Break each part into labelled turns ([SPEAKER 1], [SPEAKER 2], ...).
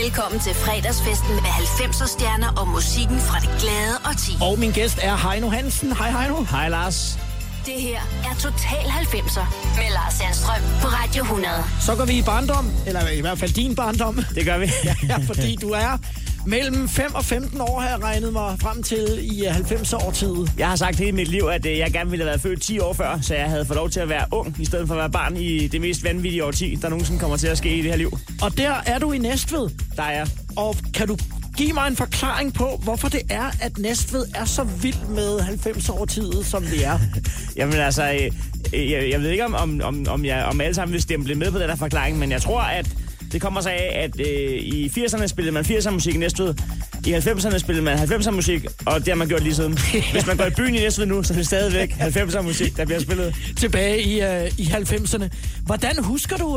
[SPEAKER 1] Velkommen til fredagsfesten med 90'er stjerner og musikken fra det glade årti.
[SPEAKER 2] Og min gæst er Heino Hansen. Hej Heino.
[SPEAKER 3] Hej Lars.
[SPEAKER 1] Det her er Total 90'er med Lars Sandstrøm på Radio 100.
[SPEAKER 2] Så går vi i barndom, eller i hvert fald din barndom.
[SPEAKER 3] Det gør vi.
[SPEAKER 2] Ja, fordi du er mellem 5 og 15 år, har jeg regnet mig frem til i 90'er-årtiet.
[SPEAKER 3] Jeg har sagt hele mit liv, at jeg gerne ville have været født 10 år før, så jeg havde fået lov til at være ung, i stedet for at være barn i det mest vanvittige årti, der nogensinde kommer til at ske i det her liv.
[SPEAKER 2] Og der er du i Næstved.
[SPEAKER 3] Der er jeg.
[SPEAKER 2] Og kan du give mig en forklaring på, hvorfor det er, at Næstved er så vild med 90'er-årtiet, som det er?
[SPEAKER 3] Jamen altså, jeg ved ikke, om alle sammen vil stemple med på den der forklaring, men jeg tror, at det kommer sig af, at i 80'erne spillede man 80'er musik i Næstved. I 90'erne spillede man 90'er musik, og det har man gjort lige siden. Hvis man går i byen i Næstved nu, så er det stadigvæk 90'er musik, der bliver spillet.
[SPEAKER 2] Tilbage i 90'erne. Hvordan husker du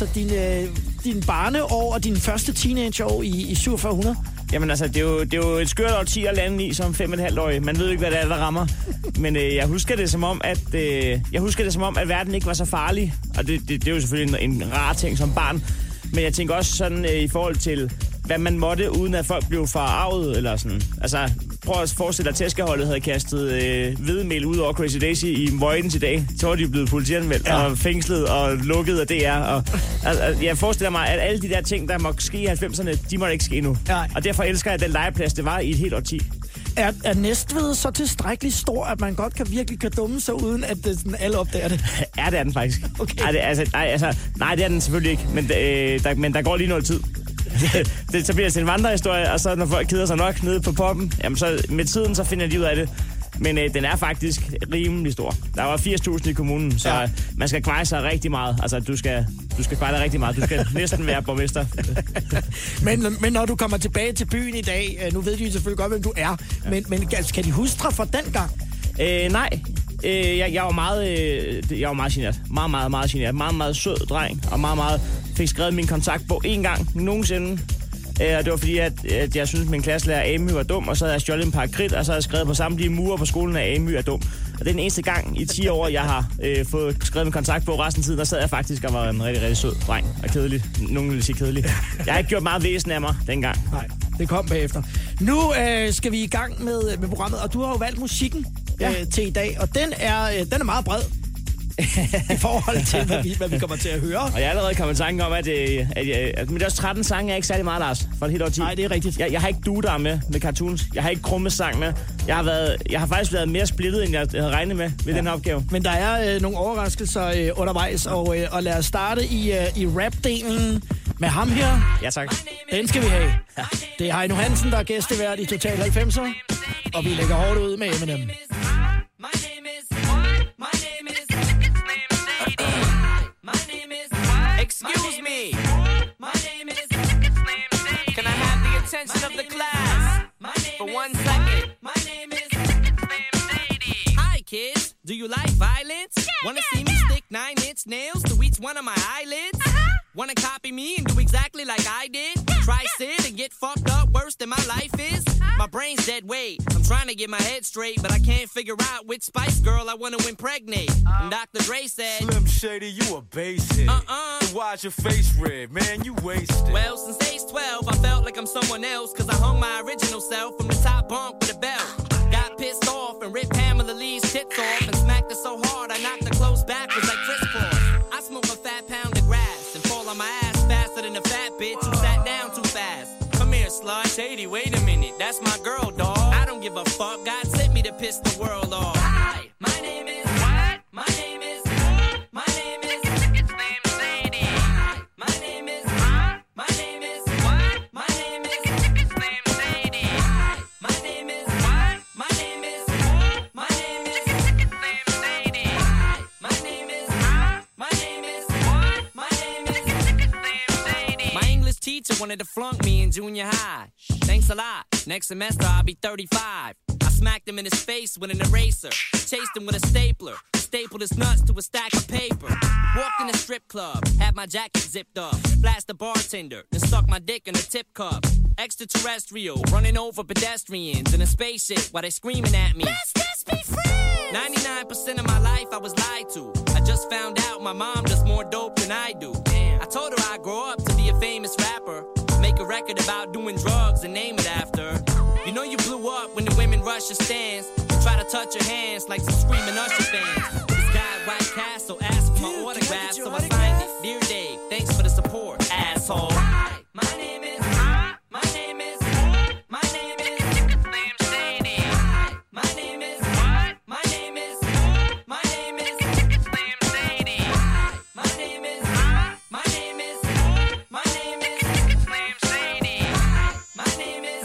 [SPEAKER 2] din barneår og dine første teenageår i 4700?
[SPEAKER 3] Jamen altså, det er jo et skørt årti at lande i som 5,5-årig. Man ved ikke, hvad det er, der rammer. Men jeg husker det som om, at verden ikke var så farlig. Og det er jo selvfølgelig en rar ting som barn. Men jeg tænker også sådan i forhold til, hvad man måtte, uden at folk blev forarvet, eller sådan. Altså, prøv at forestille dig, at tæskeholdet havde kastet hvedemel ud over Crazy Daisy i Møjden i dag. Så var de blevet politianmeldt og fængslet og lukket af DR. Og, jeg forestiller mig, at alle de der ting, der må ske i 90'erne, de må ikke ske nu. Ja. Og derfor elsker jeg den legeplads, det var i et helt årti.
[SPEAKER 2] Er Næstved så tilstrækkeligt stor, at man godt kan dumme sig, uden at alle opdager det?
[SPEAKER 3] Ja, det er den faktisk.
[SPEAKER 2] Okay.
[SPEAKER 3] Nej, det er den selvfølgelig ikke, men der går lige noget tid. Så bliver det en vandrehistorie, og så når folk keder sig nok nede på poppen, jamen så med tiden så finder de ud af det. Men den er faktisk rimelig stor. Der var 80.000 i kommunen, så man skal kveje sig rigtig meget. Altså, du skal kveje dig rigtig meget. Du skal næsten være borgmester.
[SPEAKER 2] men når du kommer tilbage til byen i dag, nu ved de selvfølgelig godt, hvem du er, men kan de huske dig fra den gang?
[SPEAKER 3] Nej. Jeg var meget genert. Meget genert. Meget sød dreng, og meget fik skrevet min kontaktbog en gang nogensinde. Og det var fordi, at jeg synes, at min klasselærer Amy var dum, og så havde jeg stjålet en par kridt, og så havde jeg skrevet på samtlige mure på skolen, at Amy er dum. Og det er den eneste gang i 10 år, jeg har fået skrevet min kontaktbog. Resten af tiden, der sad jeg faktisk og var en rigtig, rigtig sød dreng. Og kedelig. Nogen vil sige kedelig. Jeg har ikke gjort meget væsen af mig dengang.
[SPEAKER 2] Nej, det kom bagefter. Nu skal vi i gang med programmet, og du har jo valgt musikken til i dag, og den er meget bred. I forhold til, hvad vi kommer til at høre.
[SPEAKER 3] Og jeg er allerede kommet i tanke om, at men det er også 13 sange er ikke særlig meget, Lars, for et helt årti.
[SPEAKER 2] Nej, det er rigtigt.
[SPEAKER 3] Jeg har ikke Dudar med cartoons. Jeg har ikke Krummesang med. Jeg har faktisk været mere splittet, end jeg havde regnet med den her opgave.
[SPEAKER 2] Men der er nogle overraskelser undervejs, og lad os starte i rap-delen med ham her.
[SPEAKER 3] Ja, tak.
[SPEAKER 2] Den skal vi have. Ja. Det er Heino Hansen, der er gæstevært i Total 90'er, og vi lægger hårdt ud med Eminem.
[SPEAKER 4] Excuse me. My name is. Can I have the attention of the class for 1 second? My name is. Hi kids, do you like violence? Wanna see me stick 9-inch nails to each one of my eyelids? Wanna copy me and do exactly like I did? Try sit and get fucked up worse than my life is? My brain's dead weight. I'm trying to get my head straight, but I can't figure out which Spice Girl I wanna impregnate. And Dr. Dre said,
[SPEAKER 5] Slim Shady, you a basehead. So why's your face red, man? You wasted.
[SPEAKER 4] Well, since age 12, I felt like I'm someone else, cause I hung my original self from the top bunk with a belt. Got pissed off and ripped Pamela Lee's tits off and smacked her so hard I knocked her clothes backwards like Chris Cross. I smoke a fat pound of grass and fall on my ass faster than a fat bitch who sat down too fast. Come here, slut. Shady, wait a minute, that's my girl, dawg. I don't give a fuck, God sent me to piss the world off. Hi, my name is. What? My name is. My name is. It's named Sadie. Hi, my name is. My name is. What? My name is. It's named Sadie. Hi, my name is. What? My name is. My name is. It's named Sadie. Hi, my name is. My name is. What? My name is. It's named Sadie. My English teacher wanted to flunk me in junior high. Thanks a lot. Next semester I'll be 35. I smacked him in his face with an eraser. Chased him with a stapler. Stapled his nuts to a stack of paper. Walked in a strip club. Had my jacket zipped up. Blasted the bartender. Then stuck my dick in a tip cup. Extraterrestrial. Running over pedestrians in a spaceship while they screaming at me. Let's just be friends. 99% of my life I was lied to. I just found out my mom does more dope than I do. I told her I'd grow up to be a famous rapper. make a record about doing drugs and name it after. You know you blew up when the women rush your stands and try to touch your hands like some screaming Usher fans. This guy at White Castle asked for my autograph, so I signed it. Dear Dave, thanks for the support, asshole. Hi, my name is Slim Shady. Hi, my name is My name is Slim Shady. Hi, my name is My name is Slim Shady. Hi, my name is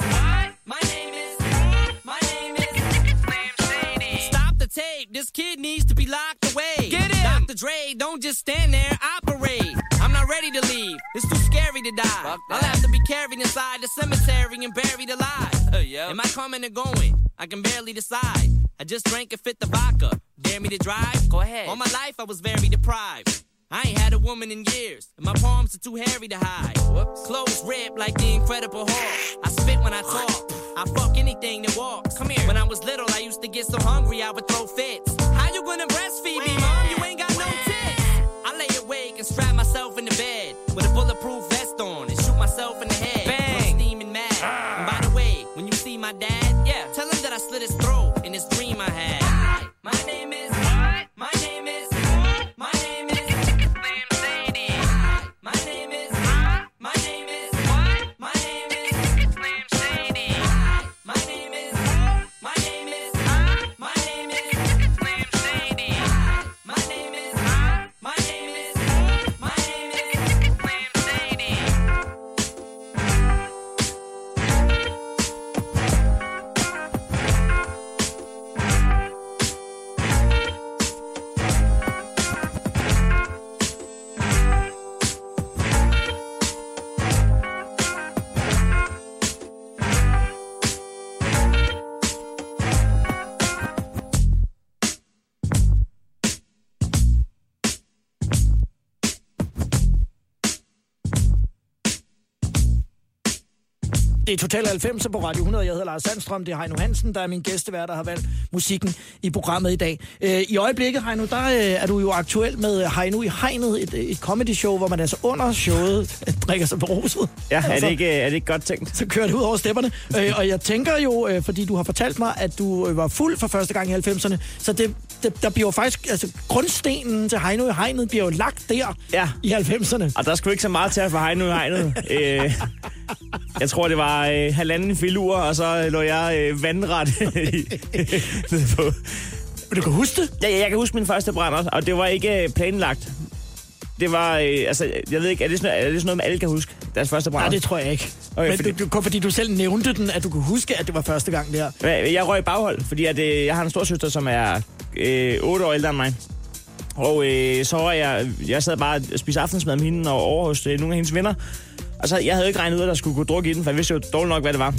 [SPEAKER 4] Slim Shady. Stop the tape. This kid needs to be locked away. Get him. Dr. Dre, don't just stand there, operate. I'm not ready to leave. It's too scary to die. I'll have to be carried inside the cemetery and buried alive. Am I coming or going? I can barely decide. I just drank and fit the vodka. Dare me to drive? Go ahead. All my life I was very deprived. I ain't had a woman in years, and my palms are too hairy to hide. Whoops. Clothes ripped like the Incredible Hulk. I spit when I talk. I fuck anything that walks. Come here. When I was little, I used to get so hungry I would throw fits. How you gonna breastfeed me, Mom? You ain't got no tits. I lay awake and strap myself in the bed with a bulletproof vest on and shoot myself in the head. Bang! I'm steaming mad. And by the way, when you see my dad, tell him that I slit his throat in this dream I had. Hi, my name is My name is Slim Shady. Hi, my name is My name is Slim Shady. Hi, my name is My name is Slim Shady. Hi, my name is Slim Shady.
[SPEAKER 2] Det er Total 90 på Radio 100. Jeg hedder Lars Sandstrøm. Det er Heino Hansen, der er min gæstevært, der har valgt musikken i programmet i dag. I øjeblikket, Heino, der er du jo aktuel med Heino i Hegnet, et comedy show, hvor man altså under showet drikker sig beruset. Ja,
[SPEAKER 3] er det ikke godt tænkt?
[SPEAKER 2] Så kører det ud over stepperne. Og jeg tænker jo, fordi du har fortalt mig, at du var fuld for første gang i 90'erne, så der bliver jo faktisk, altså grundstenen til Heino i Hegnet bliver jo lagt der i 90'erne.
[SPEAKER 3] Og der skulle ikke så meget til at få Heino i Hegnet. Jeg tror, det var 1,5 filur, og så lå jeg vandret nede på.
[SPEAKER 2] Men du kan huske det?
[SPEAKER 3] Ja, jeg kan huske min første brænder, og det var ikke planlagt. Det var, jeg ved ikke, er det sådan noget, alle kan huske? Deres første brænder?
[SPEAKER 2] Nej, det tror jeg ikke. Okay, men fordi du selv nævnte den, at du kunne huske, at det var første gang der.
[SPEAKER 3] Jeg røg baghold, fordi jeg har en storsøster, som er 8 år ældre end mig. Og så var jeg sad bare og spiste aftensmad med hende og over hos nogle af hendes venner. Og så, jeg havde ikke regnet ud, at der skulle gå druk i den, for jeg vidste jo dårligt nok, hvad det var.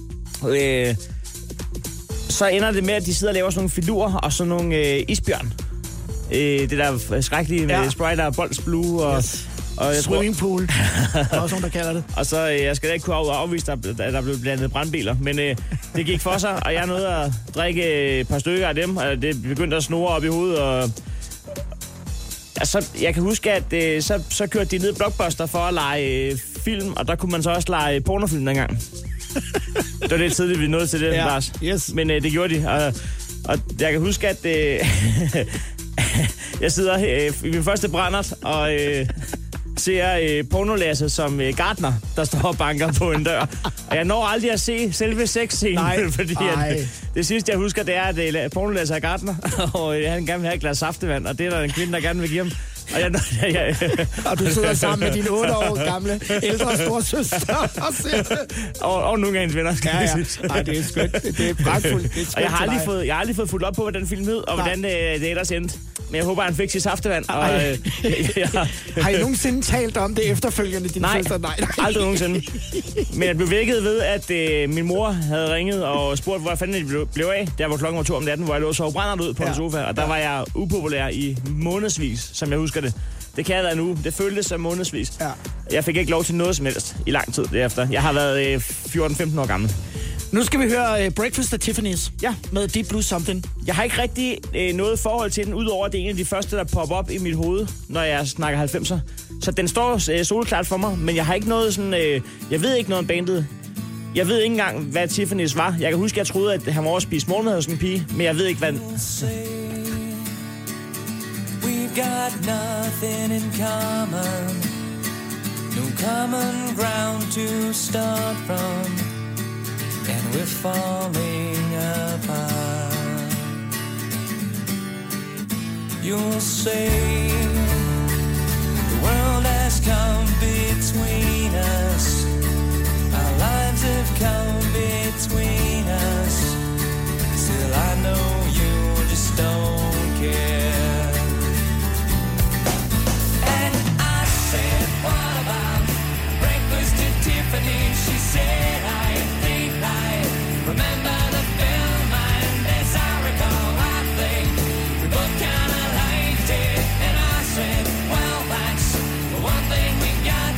[SPEAKER 3] Så ender det med, at de sidder og laver sådan nogle filurer og sådan nogle isbjørn. Det der skrækkelige med Sprite og Bolts Blue og...
[SPEAKER 2] Yes.
[SPEAKER 3] Og jeg
[SPEAKER 2] swimmingpool. Der er også nogen, der kalder det.
[SPEAKER 3] Og så, jeg skal da ikke kunne afvise, at der blev blandet brandbiler. Men det gik for sig, og jeg nåede at drikke et par stykker af dem. Og det begyndte at snurre op i hovedet. Og altså, jeg kan huske, at så kørte de ned i Blockbuster for at lege film. Og der kunne man så også lege pornofilm dengang. Det var lidt tidligt, vi nåede til det, Lars.
[SPEAKER 2] Yes.
[SPEAKER 3] Men det gjorde de. Og jeg kan huske, at jeg sidder i min første brændert og ser pornolasset som gartner, der står og banker på en dør. Og jeg når aldrig at se selve sexscenen, fordi det sidste, jeg husker, det er, at pornolasset er gartner, og han gerne vil have et glas saftevand, og det er der en kvinde, der gerne vil give ham.
[SPEAKER 2] Og du sidder sammen med din 8 år gamle ældre storsøster
[SPEAKER 3] og nogle af hendes venner, skal jeg sige.
[SPEAKER 2] Ej, det er skønt. Det er pragtfuldt.
[SPEAKER 3] Og jeg har aldrig fået fuldt op på, hvordan filmen hed, og hvordan det ellers endte. Men jeg håber, han fik sit saftevand.
[SPEAKER 2] Har I nogensinde talt om det efterfølgende, din søster?
[SPEAKER 3] Nej, aldrig nogensinde. Men jeg blev vækket ved, at min mor havde ringet og spurgt, hvor fanden det blev af. Der var klokken var 2 om natten, hvor jeg lå så brændert ud på en sofa. Og der var jeg upopulær i månedsvis, som jeg husker det. Det kan jeg være nu. Det føltes som månedsvis. Ja. Jeg fik ikke lov til noget som helst i lang tid derefter. Jeg har været 14-15 år gammel.
[SPEAKER 2] Nu skal vi høre Breakfast at Tiffany's.
[SPEAKER 3] Ja.
[SPEAKER 2] Med Deep Blue Something.
[SPEAKER 3] Jeg har ikke rigtig noget forhold til den, udover at det er en af de første, der popper op i mit hoved, når jeg snakker 90'er. Så den står solklart for mig, men jeg har ikke noget sådan... jeg ved ikke noget om bandet. Jeg ved ikke engang, hvad Tiffany's var. Jeg kan huske, at jeg troede, at han var over at spise morgenmad hos en pige, men jeg ved ikke, hvad...
[SPEAKER 6] We've got nothing in common, no common ground to start from, and we're falling apart. You'll say the world has come between us, our lives have come between us, still I know you just don't care. What about breakfast at Tiffany? She said, I think I remember the film, and as I recall, I think we both kind of liked it. And I said, well, that's the one thing we got.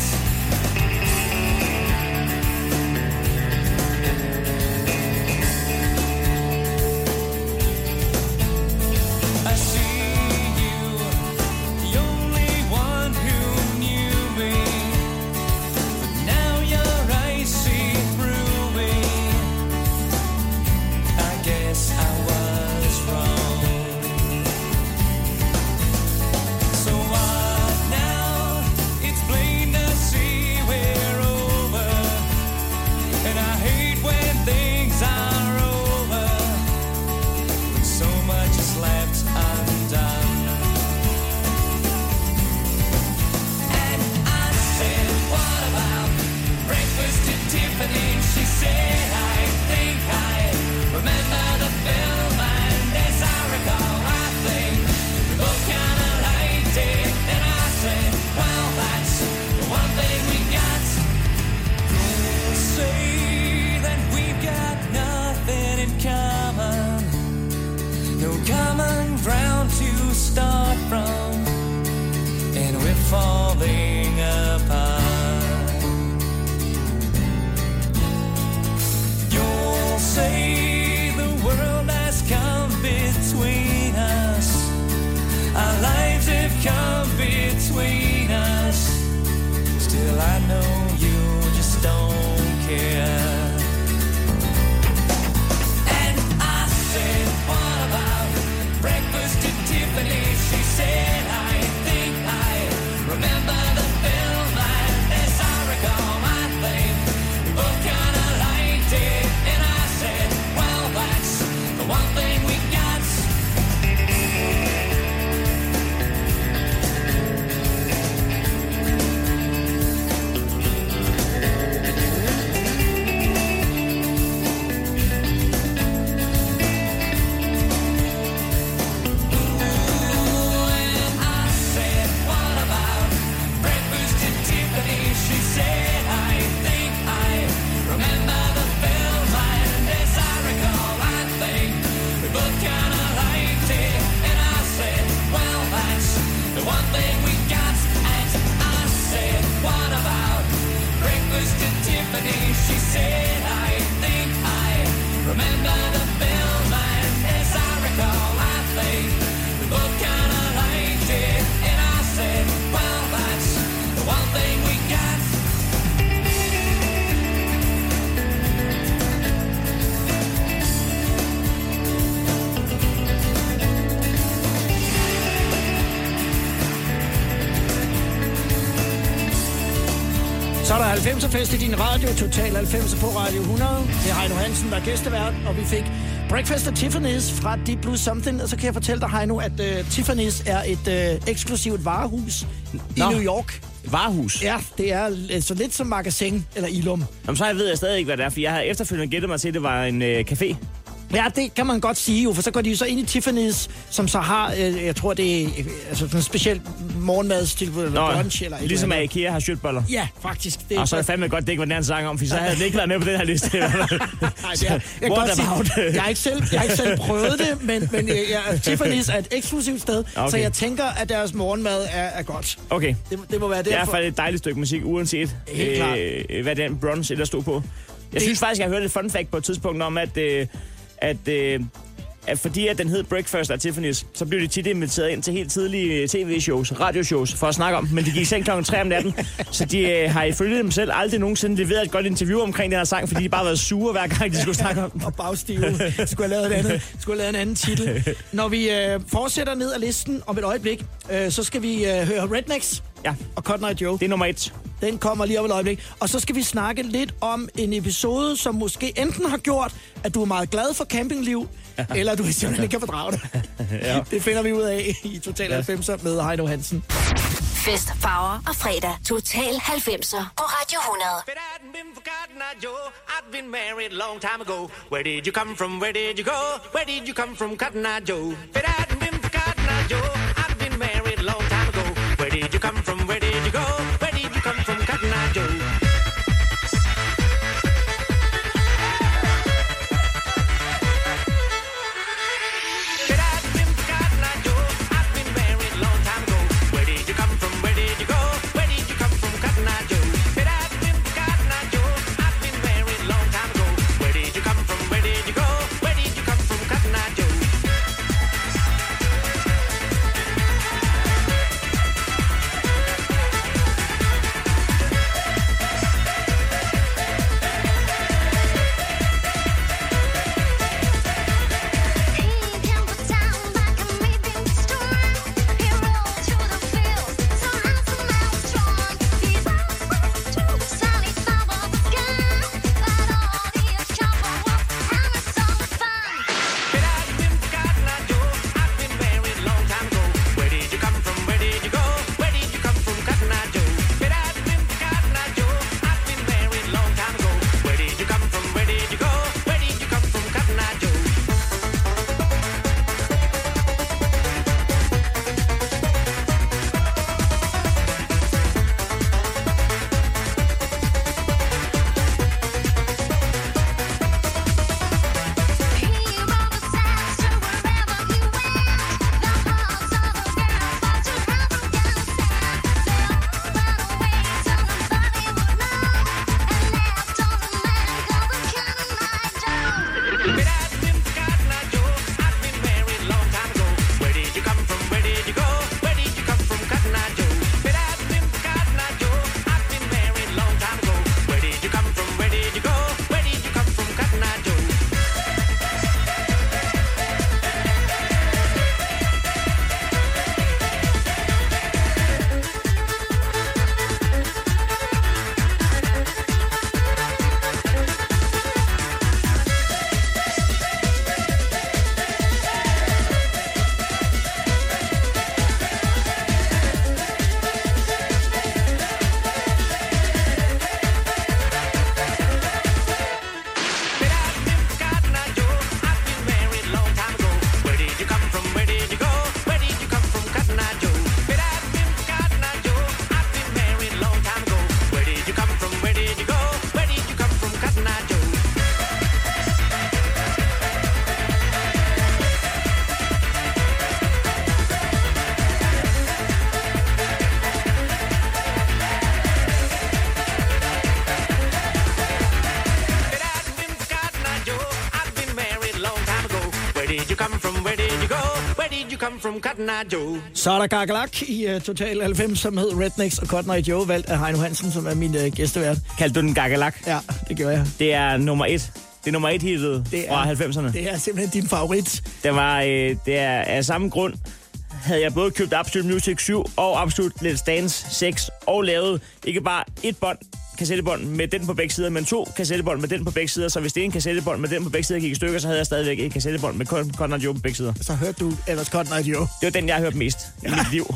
[SPEAKER 6] I see you, the only one who knew me, but now your eyes see through me. I guess I was wrong. So what now? It's plain to see we're over, and I hate when things are over, when so much is left undone. And I said, what about breakfast at Tiffany? She said, I think I remember the film, and as I recall, I think we both kind of liked it. And I said, well, that's the one thing we got. You'll say that we've got nothing in common, no common ground to start from, and we're falling apart. You'll say the world has come between us, our lives have come between us, still I know you just don't care. And I said, what about breakfast at Tiffany? She said, I think I remember the film, and as I recall, I think we both kind of liked it. And I said, well, that's the one thing we got. She said, I think I remember the film, and as I recall, I think we both kind of liked it. And I said, well, that's the one thing we got.
[SPEAKER 2] Så er der 90'er-fest i din radio, Total 90'er på Radio 100. Det er Heino Hansen, der er gæstevært, og vi fik Breakfast at Tiffany's fra Deep Blue Something. Og så kan jeg fortælle dig, Heino, at Tiffany's er et eksklusivt varehus i New York.
[SPEAKER 3] Varehus?
[SPEAKER 2] Ja, det er så lidt som Magasin eller Ilum.
[SPEAKER 3] Jamen, så ved jeg stadig ikke, hvad det er, for jeg har efterfølgende gættet mig til, at det var en café.
[SPEAKER 2] Ja, det kan man godt sige jo, for så går de jo så ind i Tiffany's, som så har, jeg tror det er altså sådan en speciel morgenmadstilbud eller brunch eller
[SPEAKER 3] ligesom at IKEA har shirtboller.
[SPEAKER 2] Ja, faktisk.
[SPEAKER 3] Det og så er det fandme godt, det ikke var den anden sang om, for så havde det ikke været med på den her liste.
[SPEAKER 2] Nej, jeg har ikke selv prøvet det, men Tiffany's er et eksklusivt sted, okay. Så jeg tænker, at deres morgenmad er godt.
[SPEAKER 3] Okay.
[SPEAKER 2] Det må være
[SPEAKER 3] derfor. Det er et dejligt stykke musik, uanset hvad den brunch eller stod på. Jeg synes faktisk, jeg har hørt et fun fact på et tidspunkt om, at fordi at den hed Breakfast at Tiffany's, så blev de tit inviteret ind til helt tidlige tv-shows, radioshows, for at snakke om, men de gik seng klokken 3 om natten, så de har ifølge dem selv aldrig nogensinde leveret et godt interview omkring den her sang, fordi de bare har været sure hver gang, de skulle snakke om den.
[SPEAKER 2] Og bagstive. Skulle have lavet en anden titel. Når vi fortsætter ned ad listen om et øjeblik, så skal vi høre Rednecks og Cotton Eye Joe.
[SPEAKER 3] Det er nummer 1.
[SPEAKER 2] Den kommer lige om et øjeblik. Og så skal vi snakke lidt om en episode, som måske enten har gjort, at du er meget glad for campingliv, eller du simpelthen ikke kan fordrage det. Det finder vi ud af i Total 90'er med Heino Hansen.
[SPEAKER 1] Fest, farver og fredag. Total 90'er på Radio 100.
[SPEAKER 7] If it hadn't been for Cotton Eye Joe, I'd been married a long time ago. Where did you come from? Where did you go? Where did you come from, Cotton Eye Joe? If it hadn't been for Cotton Eye Joe, I'd been married a long time ago. Where did you come from? Where did you go? Where did you come from, Cotton Eye Joe?
[SPEAKER 2] Så er der Gargalak i Total 90, som hed Rednecks og Cotton Eye Joe, valgt af Heino Hansen, som er min gæstevært.
[SPEAKER 3] Kaldte du den Gargalak?
[SPEAKER 2] Ja, det gjorde jeg.
[SPEAKER 3] Det er nummer 1. Det er nummer 1 hittet fra 90'erne.
[SPEAKER 2] Det er simpelthen din favorit.
[SPEAKER 3] Det er af samme grund, havde jeg både købt Absolute Music 7 og Absolute Let's Dance 6 og lavet ikke bare et kassettebånd med den på begge sider, men 2 kassettebånd med den på begge sider. Så hvis det ene kassettebånd med den på begge sider gik i stykker, så havde jeg stadigvæk et kassettebånd med Cotton Eye Joe på begge sider. Så
[SPEAKER 2] hørte du ellers Cotton Eye Joe?
[SPEAKER 3] Det var den, jeg har hørt mest i mit liv.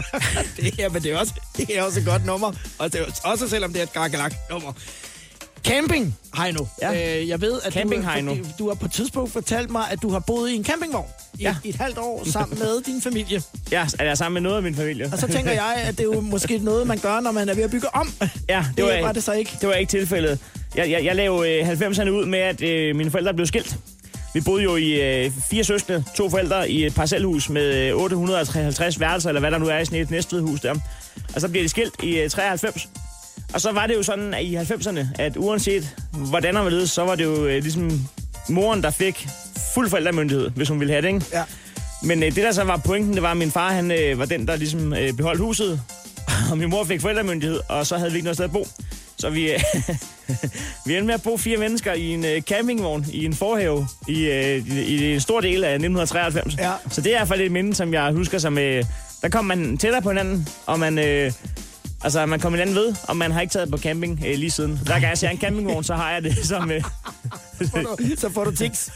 [SPEAKER 2] Men det er også et godt nummer. Og det er også selvom det er et Gargalak-nummer. Camping, Heino.
[SPEAKER 3] Ja.
[SPEAKER 2] Jeg ved, at
[SPEAKER 3] Heino.
[SPEAKER 2] Du har på et tidspunkt fortalt mig, at du har boet i en campingvogn i et halvt år sammen med din familie.
[SPEAKER 3] Ja, er jeg sammen med noget af min familie.
[SPEAKER 2] Og så tænker jeg, at det er jo måske noget, man gør, når man er ved at bygge om.
[SPEAKER 3] Ja,
[SPEAKER 2] det var det så ikke.
[SPEAKER 3] Det var ikke tilfældet. Jeg lavede 90'erne ud med, at mine forældre blev skilt. Vi boede jo i 4 søskende, 2 forældre i et parcelhus med 853 værelser, eller hvad der nu er i sådan et Næstvedhus der. Og så bliver de skilt i 93. Og så var det jo sådan at i 90'erne, at uanset hvordan og hvorledes, så var det jo ligesom moren, der fik fuld forældremyndighed, hvis hun ville have det, ikke?
[SPEAKER 2] Ja.
[SPEAKER 3] Men det, der så var pointen, det var, at min far, han var den, der ligesom beholdt huset, og min mor fik forældremyndighed, og så havde vi ikke noget sted at bo. Så vi endte med at bo 4 mennesker i en campingvogn i en forhave i en stor del af 1993.
[SPEAKER 2] Ja.
[SPEAKER 3] Så det er i hvert fald et minde, som jeg husker som... der kom man tættere på hinanden, og man... man kom hinanden ved, og man har ikke taget på camping lige siden. Der kan jeg se en campingvogn, så har jeg det som...
[SPEAKER 2] Så får du tics.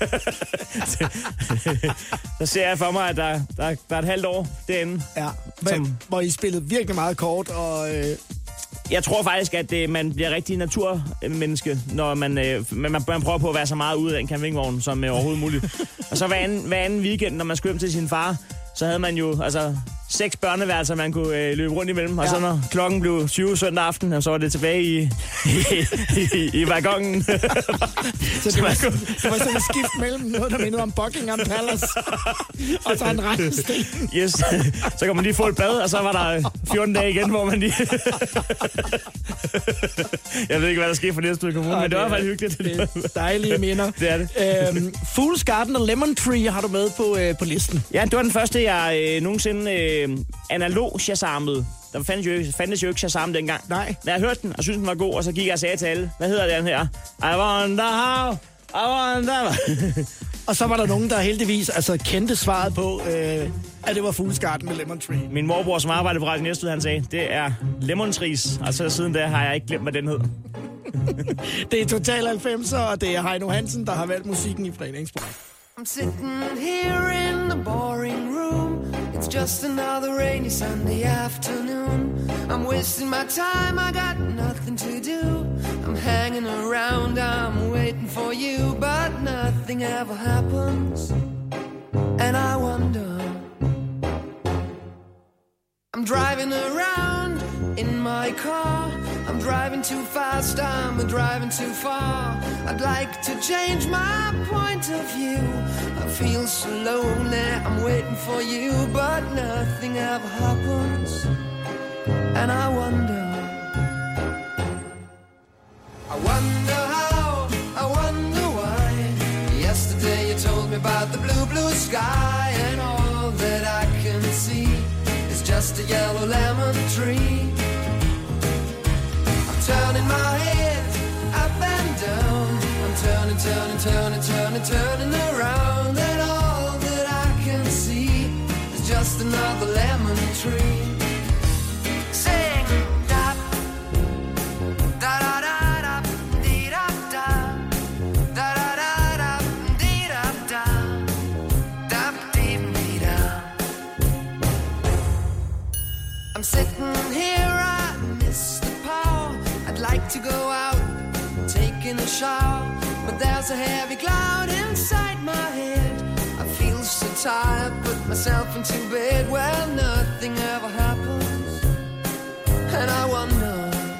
[SPEAKER 3] Så ser jeg for mig, at der er et halvt år derinde.
[SPEAKER 2] Ja, hvor I spillede virkelig meget kort, og...
[SPEAKER 3] Jeg tror faktisk, at man bliver rigtig naturmenneske, når man prøver på at være så meget ude af en campingvogn som overhovedet muligt. Og så hver anden weekend, når man skulle hjem til sin far, så havde man jo 6 børneværelser, man kunne løbe rundt imellem. Og så når klokken blev 20 søndag aften, og så var det tilbage i wagonen.
[SPEAKER 2] Så det var sådan et skift mellem noget, der mindede om Buckingham Palace, og så en regnesten.
[SPEAKER 3] Yes, så kan man lige få et bad, og så var der 14 dage igen, hvor man lige... Jeg ved ikke, hvad der sker for Næstved Kommune, men det var i hvert fald hyggeligt.
[SPEAKER 2] Det er dejlige minder.
[SPEAKER 3] Det er det.
[SPEAKER 2] Fool's Garden og Lemon Tree har du med på listen.
[SPEAKER 3] Ja, det var den første, jeg nogensinde analog shazamede. Der fandtes jo ikke Shazam dengang.
[SPEAKER 2] Nej.
[SPEAKER 3] Da jeg hørte den, og syntes den var god, og så gik jeg og sagde til alle, hvad hedder den her? I wonder how, I wonder...
[SPEAKER 2] Og så var der nogen, der heldigvis kendte svaret på, at det var Fool's Garden med Lemon Tree.
[SPEAKER 3] Min morbror, som arbejder på Radio Næstved, han sagde, det er Lemon Trees. Og så siden da har jeg ikke glemt, hvad den hed.
[SPEAKER 2] Det er Total 90'er, og det er Heino Hansen, der har valgt musikken i fredagsprogram.
[SPEAKER 6] I'm sitting here in the boring room. It's just another rainy Sunday afternoon. I'm wasting my time, I got nothing to do. I'm hanging around, I'm waiting for you, but nothing ever happens. And I wonder, I'm driving around in my car. I'm driving too fast, I'm driving too far. I'd like to change my point of view. I feel so lonely, I'm waiting for you, but nothing ever happens. And I wonder how, I wonder why. Yesterday you told me about the blue, blue sky, and all that I can see is just a yellow lemon tree. Turning my head up and down. I'm turning, turning, turning, turning, turning around. And all that I can see is just another lemon tree. Sing, da, da, da, da, da, dee, da, da, da, da, da, da, dee, da, da, da, dee, dee, da. I'm sitting here, I miss the power. I'd like to go out, taking a shower, but there's a heavy cloud inside my head. I feel so tired, put myself into bed. Well, nothing ever happens, and I wonder.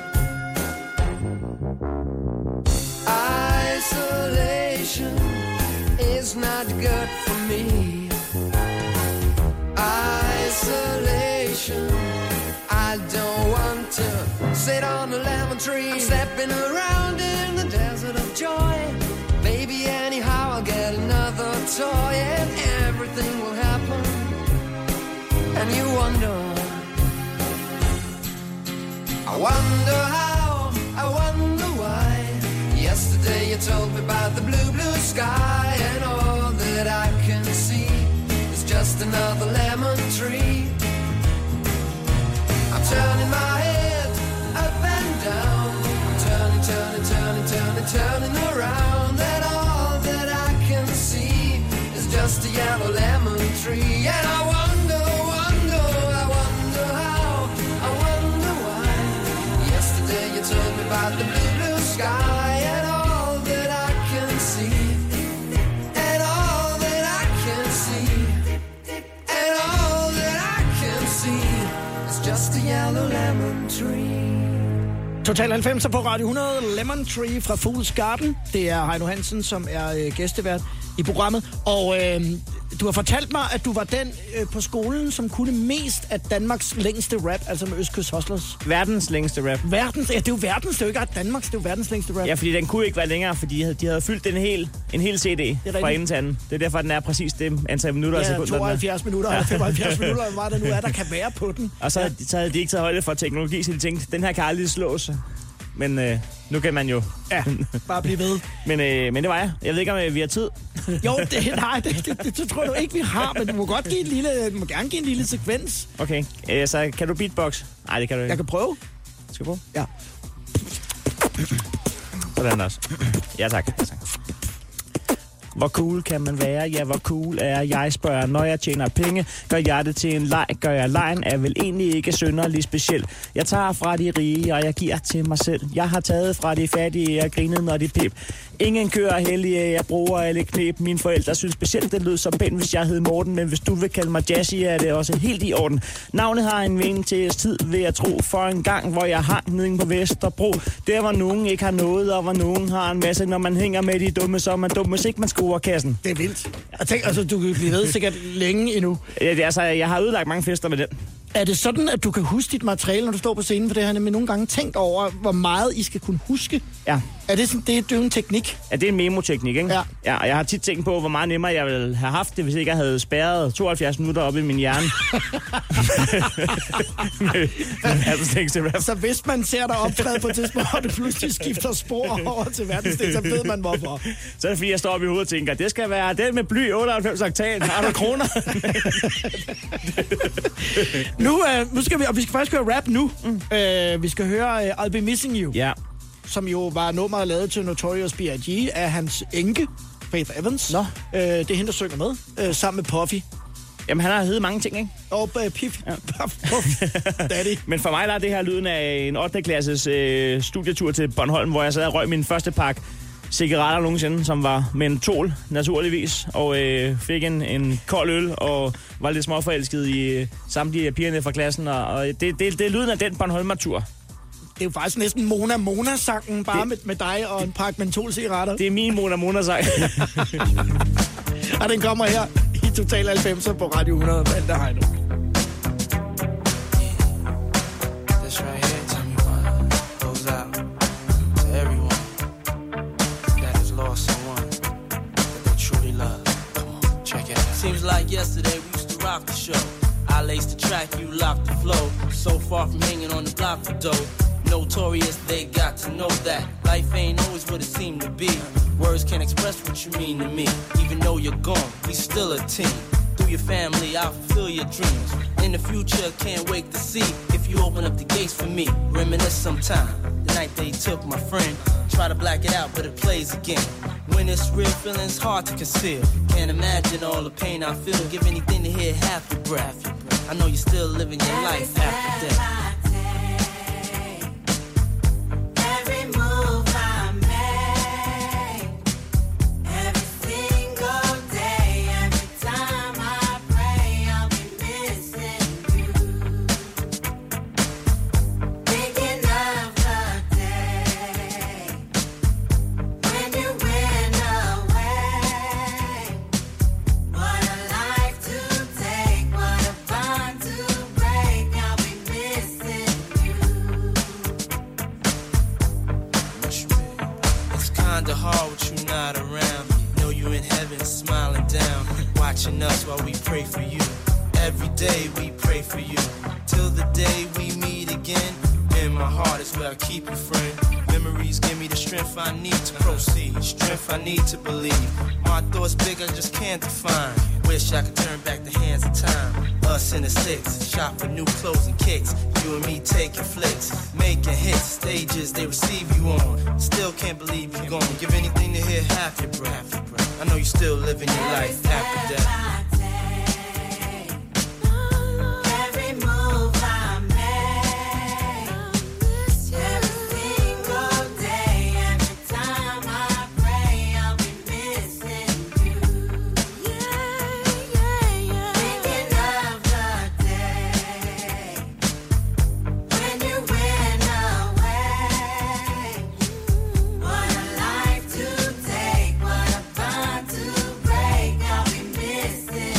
[SPEAKER 6] Isolation is not good for me. Isolation, I don't want to sit on a lemon tree. I'm stepping around in the desert of joy. Maybe anyhow I'll get another toy, and everything will happen. And you wonder, I wonder how, I wonder why. Yesterday you told me about the blue, blue sky, and all that I can see is just another lemon tree. I'm turning my head up and down. I'm turning, turning, turning, turning, turning around. And all that I can see is just a yellow lemon tree. And I wonder, wonder, I wonder how, I wonder why. Yesterday you told me about the blue, blue sky, and all that I can see, and all that I can see, and all that I can see is just a yellow lemon tree.
[SPEAKER 2] Total 90'er på Radio 100, Lemon Tree fra Fool's Garden. Det er Heino Hansen, som er gæstevært i programmet. Og Du har fortalt mig, at du var den på skolen, som kunne mest af Danmarks længste rap, altså med Østkyst Hustlers.
[SPEAKER 3] Verdens længste rap.
[SPEAKER 2] Det er jo verdens, det er jo ikke Danmarks, det er jo verdens længste rap.
[SPEAKER 3] Ja, fordi den kunne ikke være længere, fordi de havde fyldt en hel CD fra enden til anden. Det er derfor, den er præcis det antal minutter og sekunder.
[SPEAKER 2] 72 minutter eller 75 minutter, eller hvad der nu er, der kan være på den.
[SPEAKER 3] Og så havde de ikke taget højde for teknologi, så de tænkte, den her kan aldrig slås. Men nu kan man jo...
[SPEAKER 2] Ja, bare blive ved.
[SPEAKER 3] Men det var jeg. Jeg ved ikke, om vi har tid.
[SPEAKER 2] Jo, det tror du ikke, vi har, men du må godt gerne give en lille sekvens.
[SPEAKER 3] Okay, så kan du beatbox? Nej, det kan du ikke.
[SPEAKER 2] Jeg kan prøve.
[SPEAKER 3] Skal du prøve?
[SPEAKER 2] Ja.
[SPEAKER 3] Sådan også. Ja, tak. Hvor cool kan man være? Ja, hvor cool er jeg? Spørger, når jeg tjener penge. Gør jeg det til en leg? Gør jeg lejen? Er vel egentlig ikke synderligt speciel. Jeg tager fra de rige, og jeg giver til mig selv. Jeg har taget fra de fattige og grinet, når de pip. Ingen kører heldige, jeg bruger alle knep. Mine forældre synes specielt, det lød som Ben, hvis jeg hed Morten. Men hvis du vil kalde mig Jazzy, er det også helt i orden. Navnet har en ven til tid, vil jeg tro. For en gang, hvor jeg hang nede på Vesterbro. Der hvor nogen ikke har noget, og hvor nogen har en masse. Når man hænger med de dumme, så er man dum, hvis ikke man scorer kassen.
[SPEAKER 2] Det er vildt. Jeg tænker, altså, du kan blive ved sikkert længe endnu.
[SPEAKER 3] Ja, altså, jeg har ødelagt mange fester med den.
[SPEAKER 2] Er det sådan, at du kan huske dit materiale, når du står på scenen? For det har jeg nemlig nogle gange tænkt over, hvor meget I skal kunne huske.
[SPEAKER 3] Ja.
[SPEAKER 2] Er det sådan, det er en teknik?
[SPEAKER 3] Ja, det er en memoteknik, ikke?
[SPEAKER 2] Ja.
[SPEAKER 3] Ja, og jeg har tit tænkt på, hvor meget nemmere jeg ville have haft det, hvis ikke jeg havde spærret 72 minutter op i min hjerne.
[SPEAKER 2] Så hvis man ser dig optræde på et tidspunkt, og det pludselig skifter spor over til verdensdel, så ved man hvorfor.
[SPEAKER 3] Så er det fordi, jeg står op i hovedet og tænker, det skal være den med bly 98 oktan. Har du kroner?
[SPEAKER 2] Nu skal vi skal faktisk høre rap nu. Vi skal høre I'll Be Missing You.
[SPEAKER 3] Ja.
[SPEAKER 2] Som jo var nummeret lavet til Notorious B.I.G. af hans enke, Faith Evans.
[SPEAKER 3] Nå.
[SPEAKER 2] Det er hende, der synger med, sammen med Puffy.
[SPEAKER 3] Jamen, han har heddet mange ting, ikke?
[SPEAKER 2] Og Piff. Ja. Daddy.
[SPEAKER 3] Men for mig der er det her lyden af en 8. klasses studietur til Bornholm, hvor jeg sad og røg min første pakke cigaretter nogensinde, som var mentol, naturligvis, og fik en kold øl, og var lidt småforelsket i samtlige af pigerne fra klassen, og det er lyden af den Bornholmer-tur.
[SPEAKER 2] Det er jo faktisk næsten Mona-Mona-sangen, bare med dig og en pakke mentol-cigaretter.
[SPEAKER 3] Det er min Mona-Mona-sang.
[SPEAKER 2] Og den kommer her i Total 90'er på Radio 100. Hvad der har nu?
[SPEAKER 8] Seems like yesterday we used to rock the show. I laced the track, you locked the flow. So far from hanging on the block for dough. Notorious, they got to know that life ain't always what it seemed to be. Words can't express what you mean to me. Even though you're gone, we still a team. Through your family, I'll fulfill your dreams. In the future, can't wait to see if you open up the gates for me. Reminisce sometime, the night they took my friend. Try to black it out, but it plays again. When it's real, feeling's hard to conceal. Can't imagine all the pain I feel. Give anything to hear half your breath. I know you're still living your life after death. Watching us while we pray for you. Every day we pray for you. Till the day we meet again. In my heart is where I keep you, friend. Memories give me the strength I need to proceed. Strength I need to believe. My thoughts big, I just can't define. Wish I could turn back the hands of time. Us in the six, shop for new clothes and kicks. You and me taking flicks, making hits. Stages they receive you on. Still can't believe you're gone. Give anything to hear half your breath. I know you're still living your life after death.
[SPEAKER 9] Missing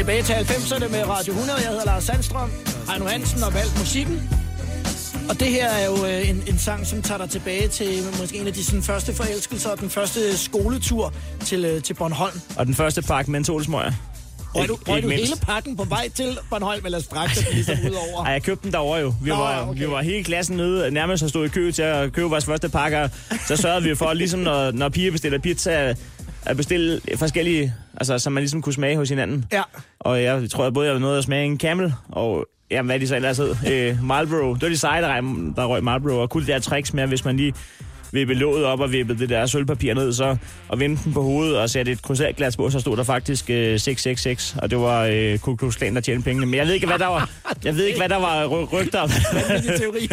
[SPEAKER 2] tilbage til 90'erne med Radio 100. Jeg hedder Lars Sandstrøm, Heino Hansen og valgt musikken. Og det her er jo en sang, som tager dig tilbage til måske en af de sådan, første forelskelser og den første skoletur til Bornholm.
[SPEAKER 3] Og den første pakke mentolsmøger.
[SPEAKER 2] Røg du hele pakken på vej til Bornholm, eller strakte den ligesom ud over?
[SPEAKER 3] Nej, jeg købte den derovre jo. Vi var hele klassen nede, nærmest har stået i kø til at købe vores første pakker. Så sørgede vi for, ligesom når piger bestiller pizza, at bestille forskellige, altså som man ligesom kunne smage hos hinanden.
[SPEAKER 2] Ja.
[SPEAKER 3] Og jeg tror, jeg var nået at smage en Camel, og jamen, hvad de så ellers hed? Marlboro. Det var de seje, der røg Marlboro. Og kunne det der tricks med, hvis man lige vippede låget op og vippede det der sølvpapir ned, så, og vendte den på hovedet og satte et krydsatglas på, så stod der faktisk 666, og det var Ku Klux Klan, der tjente pengene. Men jeg ved ikke, hvad der var, rygter om.
[SPEAKER 2] Vanvittig teori.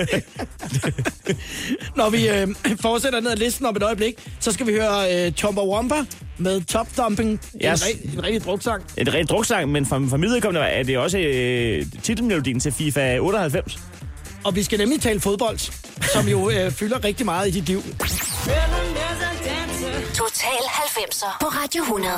[SPEAKER 2] Når vi fortsætter ned ad listen om et øjeblik, så skal vi høre Chumbawamba med Top Dumping.
[SPEAKER 3] Yes.
[SPEAKER 2] En rigtig druksang.
[SPEAKER 3] En rigtig druksang, men for mit vedkommende er det også titelmelodien til FIFA 98.
[SPEAKER 2] Og vi skal nemlig tale fodbold, som jo fylder rigtig meget i dit liv.
[SPEAKER 1] Total 90'er på Radio 100.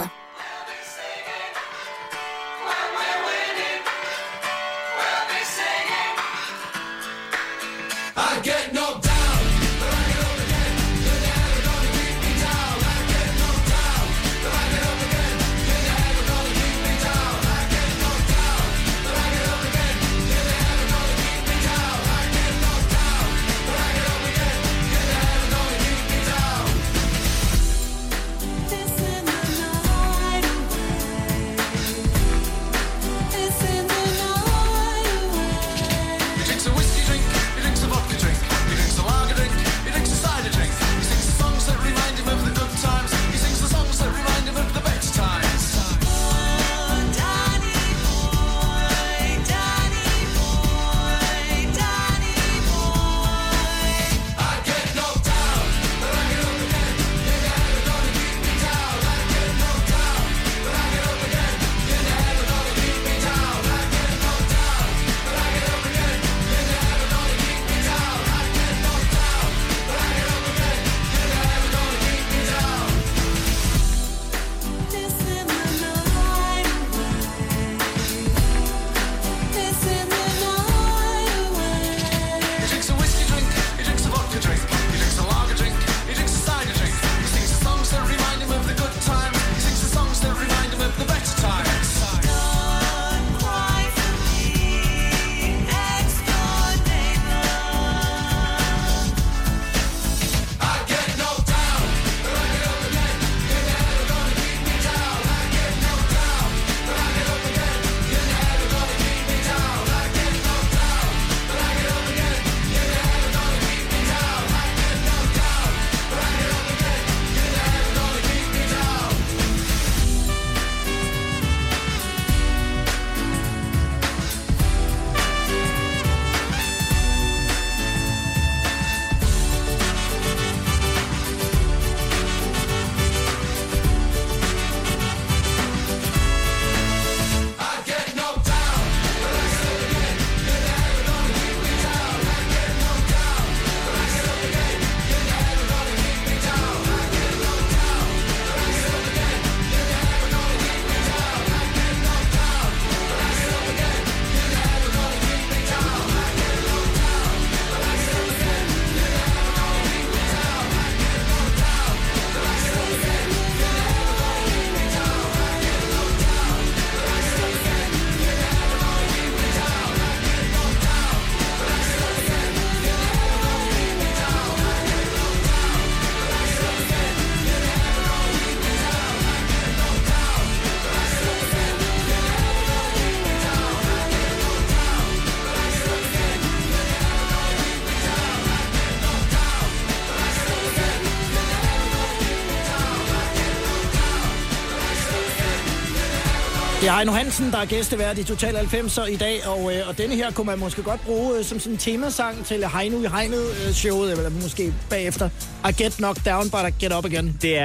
[SPEAKER 2] Det er Heino Hansen, der er gæstevært i Total 90'er i dag, og denne her kunne man måske godt bruge som sådan en temasang til Heino i Hegnet-showet, eller måske bagefter. I get knocked down, but I get up again.
[SPEAKER 3] Det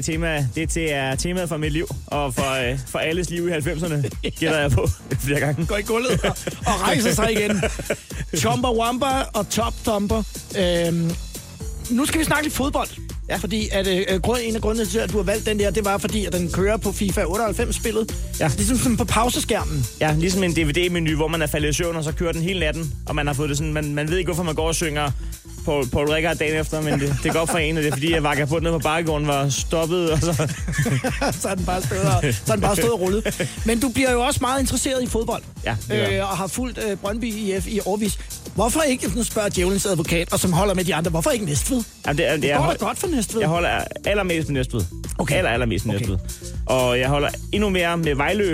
[SPEAKER 3] er temaet for mit liv, og for alles liv i 90'erne, gætter jeg på flere gange.
[SPEAKER 2] Går i gulvet og rejser sig igen. Chumbawamba og Top Thumper. Nu skal vi snakke lidt fodbold. Ja. Fordi at, en af grundene til, at du har valgt den der, det var fordi, at den kører på FIFA 98-spillet.
[SPEAKER 3] Ja.
[SPEAKER 2] Ligesom sådan på pauseskærmen.
[SPEAKER 3] Ja, ligesom en DVD-menu, hvor man er faldet i søvn, og så kører den hele natten, og man har fået det sådan, man ved ikke, hvorfor man går og synger Paul Rickard dagen efter, men det går op for en, og det er fordi, at Vagabond nede på Bakkegården var stoppet, og så...
[SPEAKER 2] så er den bare stået og rullet. Men du bliver jo også meget interesseret i fodbold,
[SPEAKER 3] ja,
[SPEAKER 2] og har fulgt Brøndby IF i årvis. Hvorfor ikke, nu spørger djævelens advokat, og som holder med de andre, hvorfor ikke Næstved?
[SPEAKER 3] Jamen, det
[SPEAKER 2] går da godt for Næstved.
[SPEAKER 3] Jeg holder allermest med Næstved.
[SPEAKER 2] Okay.
[SPEAKER 3] Allermest med Næstved. Og jeg holder endnu mere med Vejlø,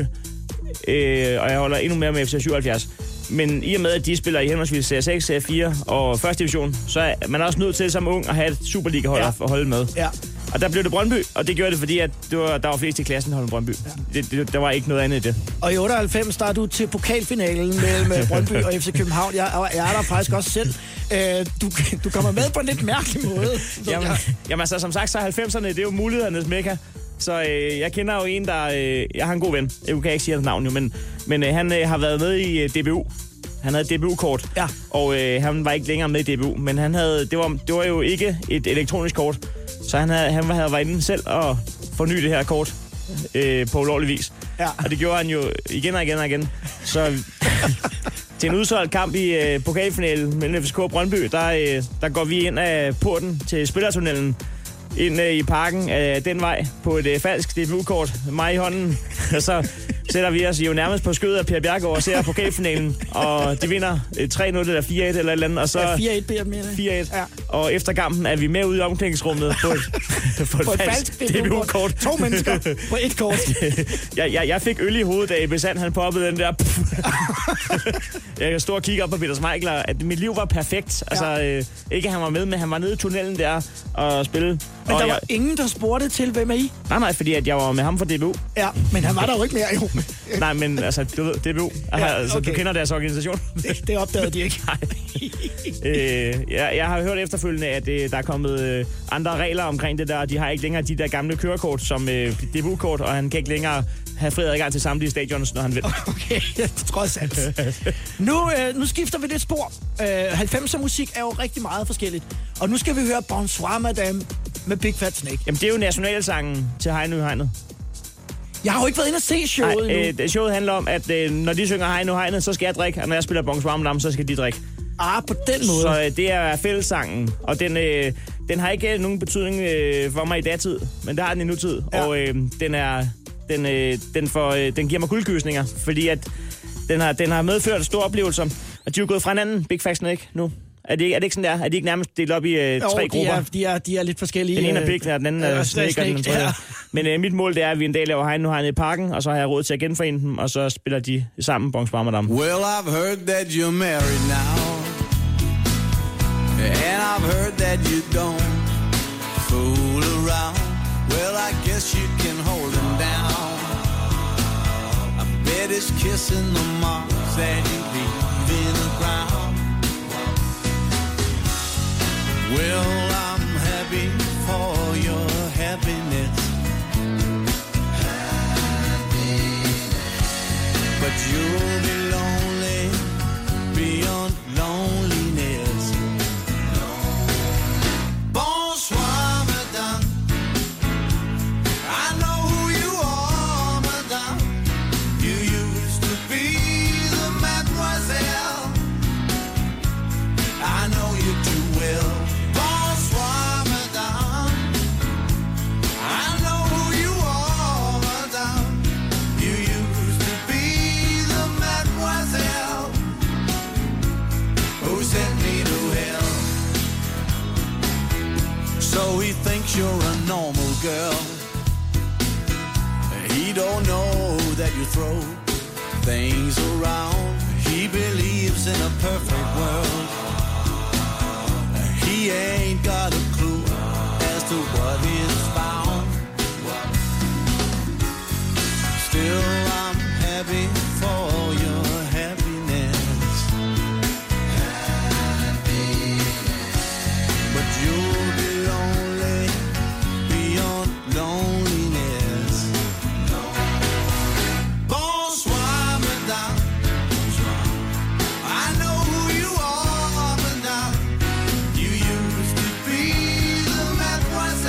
[SPEAKER 3] og jeg holder endnu mere med FC 77. Men i og med, at de spiller i henholdsvis C6, C4 og første division, så er man også nødt til som ung at have et Superliga-hold at holde med. Ja. Og der blev det Brøndby, og det gjorde det, fordi at der var flest i klassen, der holdt Brøndby. Ja. Der var ikke noget andet i det. Og
[SPEAKER 2] i 98 der er du til pokalfinalen mellem Brøndby og FC København. Jeg er der faktisk også selv. Du kommer med på en lidt mærkelig måde.
[SPEAKER 3] Jamen altså, som sagt, så 90'erne, det er jo mulighedernes mekka. Så jeg kender jo en, der... jeg har en god ven. Jeg kan ikke sige hans navn jo, men han har været med i DBU. Han havde et DBU-kort, og han var ikke længere med i DBU, men han havde, det var jo ikke et elektronisk kort, så han havde været inde selv og forny det her kort på ulovlig vis. Ja. Og det gjorde han jo igen og igen og igen. Så til en udsolgt kamp i pokalfinalen mellem FCK og Brøndby, der går vi ind af porten til spillertunnelen, ind i parken den vej på et falsk DBU-kort, mig i hånden, og så sætter vi os jo nærmest på skødet af Per Bjergård og ser pokalfinalen, og de vinder 3-0 eller 4-1 eller et eller andet, og så...
[SPEAKER 2] Ja, 4-1 bliver det mere.
[SPEAKER 3] 4-1, ja. Og efter kampen er vi med ude i omklædningsrummet på et falsk DBU-kort.
[SPEAKER 2] 2 mennesker på et kort.
[SPEAKER 3] Jeg fik øl i hovedet, da Ebbe Sand, han poppede den der... Jeg stod og kigge op på Peter Schmeichel, at mit liv var perfekt. Altså, ikke han var med, men han var nede i tunnelen der og spillede.
[SPEAKER 2] Men der var ingen, der spurgte til, hvem er I?
[SPEAKER 3] Nej, fordi at jeg var med ham fra DBU.
[SPEAKER 2] Ja, men han var der jo ikke mere, jo.
[SPEAKER 3] Nej, men altså, du ved, DBU. Altså, du kender deres organisation.
[SPEAKER 2] Det opdagede de ikke.
[SPEAKER 3] Jeg har hørt efterfølgende, at der er kommet andre regler omkring det der. De har ikke længere de der gamle kørekort som DBU-kort, og han kan ikke længere have fri adgang til samtlige stadions, når han vil.
[SPEAKER 2] Okay, trods alt. Nu skifter vi lidt spor. 90'er musik er jo rigtig meget forskelligt. Og nu skal vi høre Bonsoir Madame med Big Fat Snake.
[SPEAKER 3] Jamen, det er jo nationalsangen til Heino i Hegnet.
[SPEAKER 2] Jeg har jo ikke været inde og se showet endnu.
[SPEAKER 3] Showet handler om, at når de synger Heino i Hegnet, så skal jeg drikke, og når jeg spiller Bonsoir Madame, så skal de drikke.
[SPEAKER 2] På den måde.
[SPEAKER 3] Så det er fællessangen, og den har ikke nogen betydning for mig i datid, men der har den i nutid. Ja. Og den giver mig guldgysninger, fordi at den har medført store oplevelser, og de er jo gået fra hinanden, Big Fat Snake, nu. Er det ikke sådan der? Er de ikke nærmest delt op i 3 grupper?
[SPEAKER 2] De er lidt forskellige.
[SPEAKER 3] Den ene er Big, og den anden er Snake, og den tredje. Ja. Men mit mål det er, at vi en dag laver Heino i parken, og så har jeg råd til at genforene dem, og så spiller de sammen Bonsoir Madame.
[SPEAKER 9] Well, I've heard that you're married now, and I've heard that you don't fool around. Well, I guess you can hold him down. I bet it's kissing the marks that you leave in the ground. Well, I'm happy for your happiness, but you'll be lonely beyond loneliness. Bonsoir, madame. I know who you are, madame. You used to be the mademoiselle. I know you too well. Bonsoir, madame. I know who you are, madame. You used to be the mademoiselle who sent me to hell. So he thinks you're a normal girl. He don't know that you throw things around. He believes in a perfect world. He ain't got a clue as to what is found. Still, I'm happy for your happiness, but you'll be lonely beyond loneliness. Bonsoir, madame. I know who you are, madame. You used to be the mademoiselle.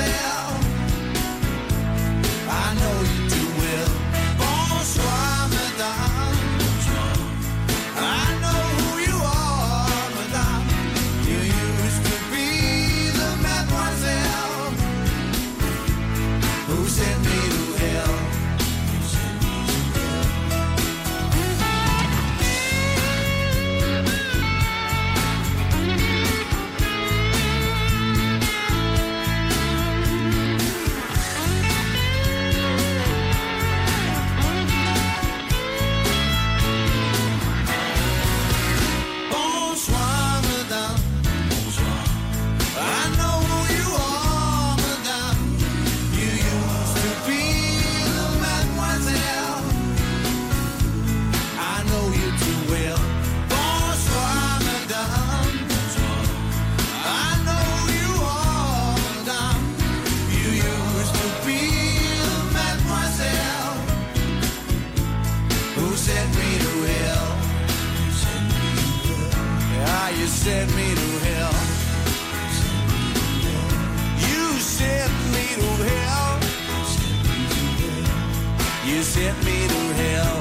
[SPEAKER 9] sent me to hell.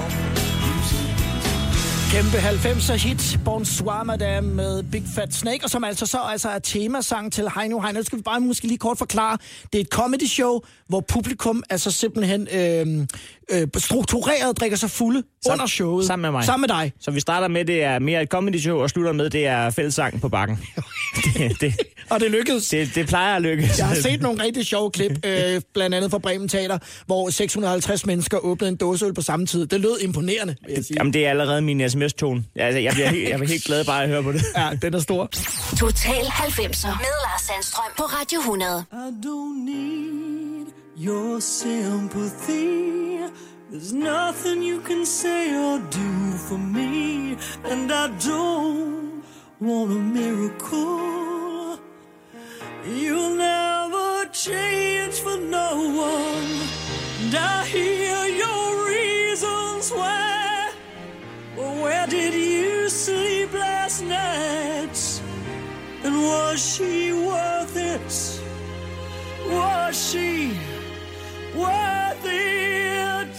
[SPEAKER 2] Kæmpe 90'er hit, Bonsoir Madame med Big Fat Snake, og som altså er temasang til Heino. Heino, skal vi bare måske lige kort forklare. Det er et comedy show, hvor publikum altså simpelthen struktureret drikker sig fulde under showet.
[SPEAKER 3] Sammen med mig.
[SPEAKER 2] Sammen med dig.
[SPEAKER 3] Så vi starter med, det er mere et comedy show, og slutter med, det er fællessang på bakken.
[SPEAKER 2] Og det lykkedes.
[SPEAKER 3] Det plejer at lykkes.
[SPEAKER 2] Jeg har set nogle rigtig sjove klip, blandt andet fra Bremen Teater, hvor 650 mennesker åbnede en dåseøl på samme tid. Det lød imponerende, vil jeg sige.
[SPEAKER 3] Jamen, det er allerede min sms-tone. Altså, jeg bliver helt glad bare at høre på det.
[SPEAKER 2] Ja, den er stor.
[SPEAKER 1] Total 90'er med Lars Sandstrøm på Radio 100.
[SPEAKER 6] I don't need your sympathy. There's nothing you can say or do for me. And I don't want a miracle. You'll never change for no one. And I hear your reasons why. Well, where did you sleep last night? And was she worth it? Was she worth it?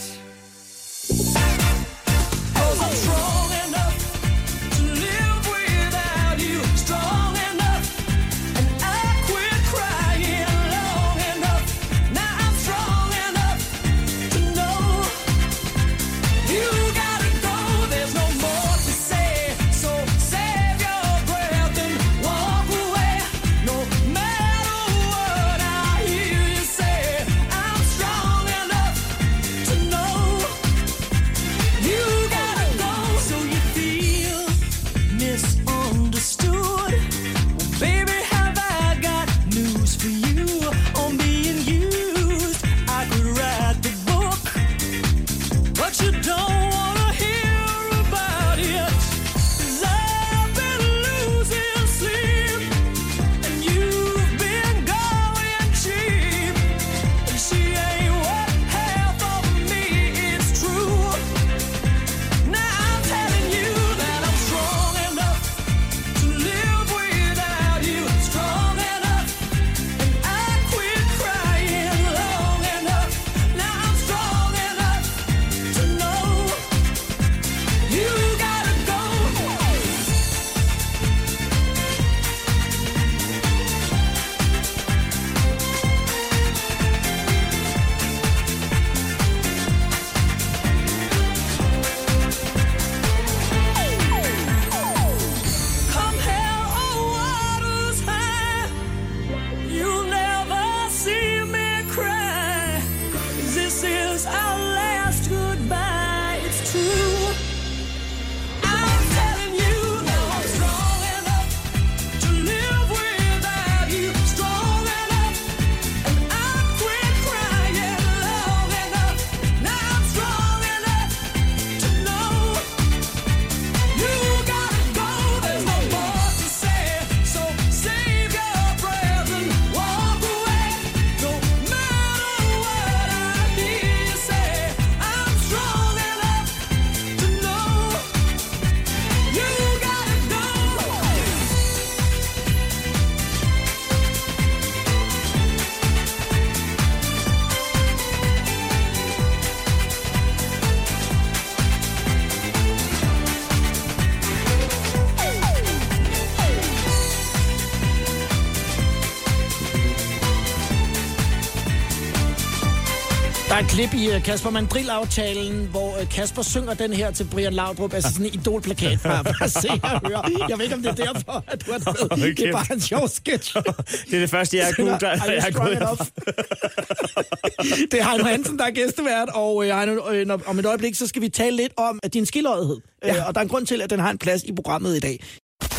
[SPEAKER 6] 'Cause I'm strong enough to live without you. Strong enough, and I quit crying long enough. Now I'm strong enough to know you gotta go. There's no more to say, so save your breath and walk away. No matter what I hear you say, I'm strong enough to know you gotta go. So you feel misunderstood? Well, baby, have I got news for you on being used? I could write the book, but you don't wanna hear about it. 'Cause I've been losing sleep, and you've been going cheap. And she ain't what half of me is true. Now I'm telling you that I'm strong enough to live without you. Strong enough, and I quit crying long enough. Now I'm strong enough to know you gotta go. Come hell or waters high, you'll never see me cry. 'Cause this is our last goodbye, it's true. I'm telling you now I'm strong enough to live without you. Strong enough, and I quit crying long enough. Now I'm strong enough to know you gotta go. There's no more to say, so save your breath and walk away. No matter what I need to say, I'm strong enough to know you gotta go.
[SPEAKER 2] Der er et klip i Kasper Mandrill-aftalen, hvor Kasper synger den her til Brian Laudrup, altså sådan en idolplakat. Bare se og høre. Jeg ved ikke, om det er derfor, at du har med. Det er bare en sjov sketch.
[SPEAKER 3] Det er det første, jeg har gået op.
[SPEAKER 2] Det er Heino Hansen, der er gæstevært, og Heino, om et øjeblik, så skal vi tale lidt om din skiløjethed. Ja. Og der er en grund til, at den har en plads i programmet i dag.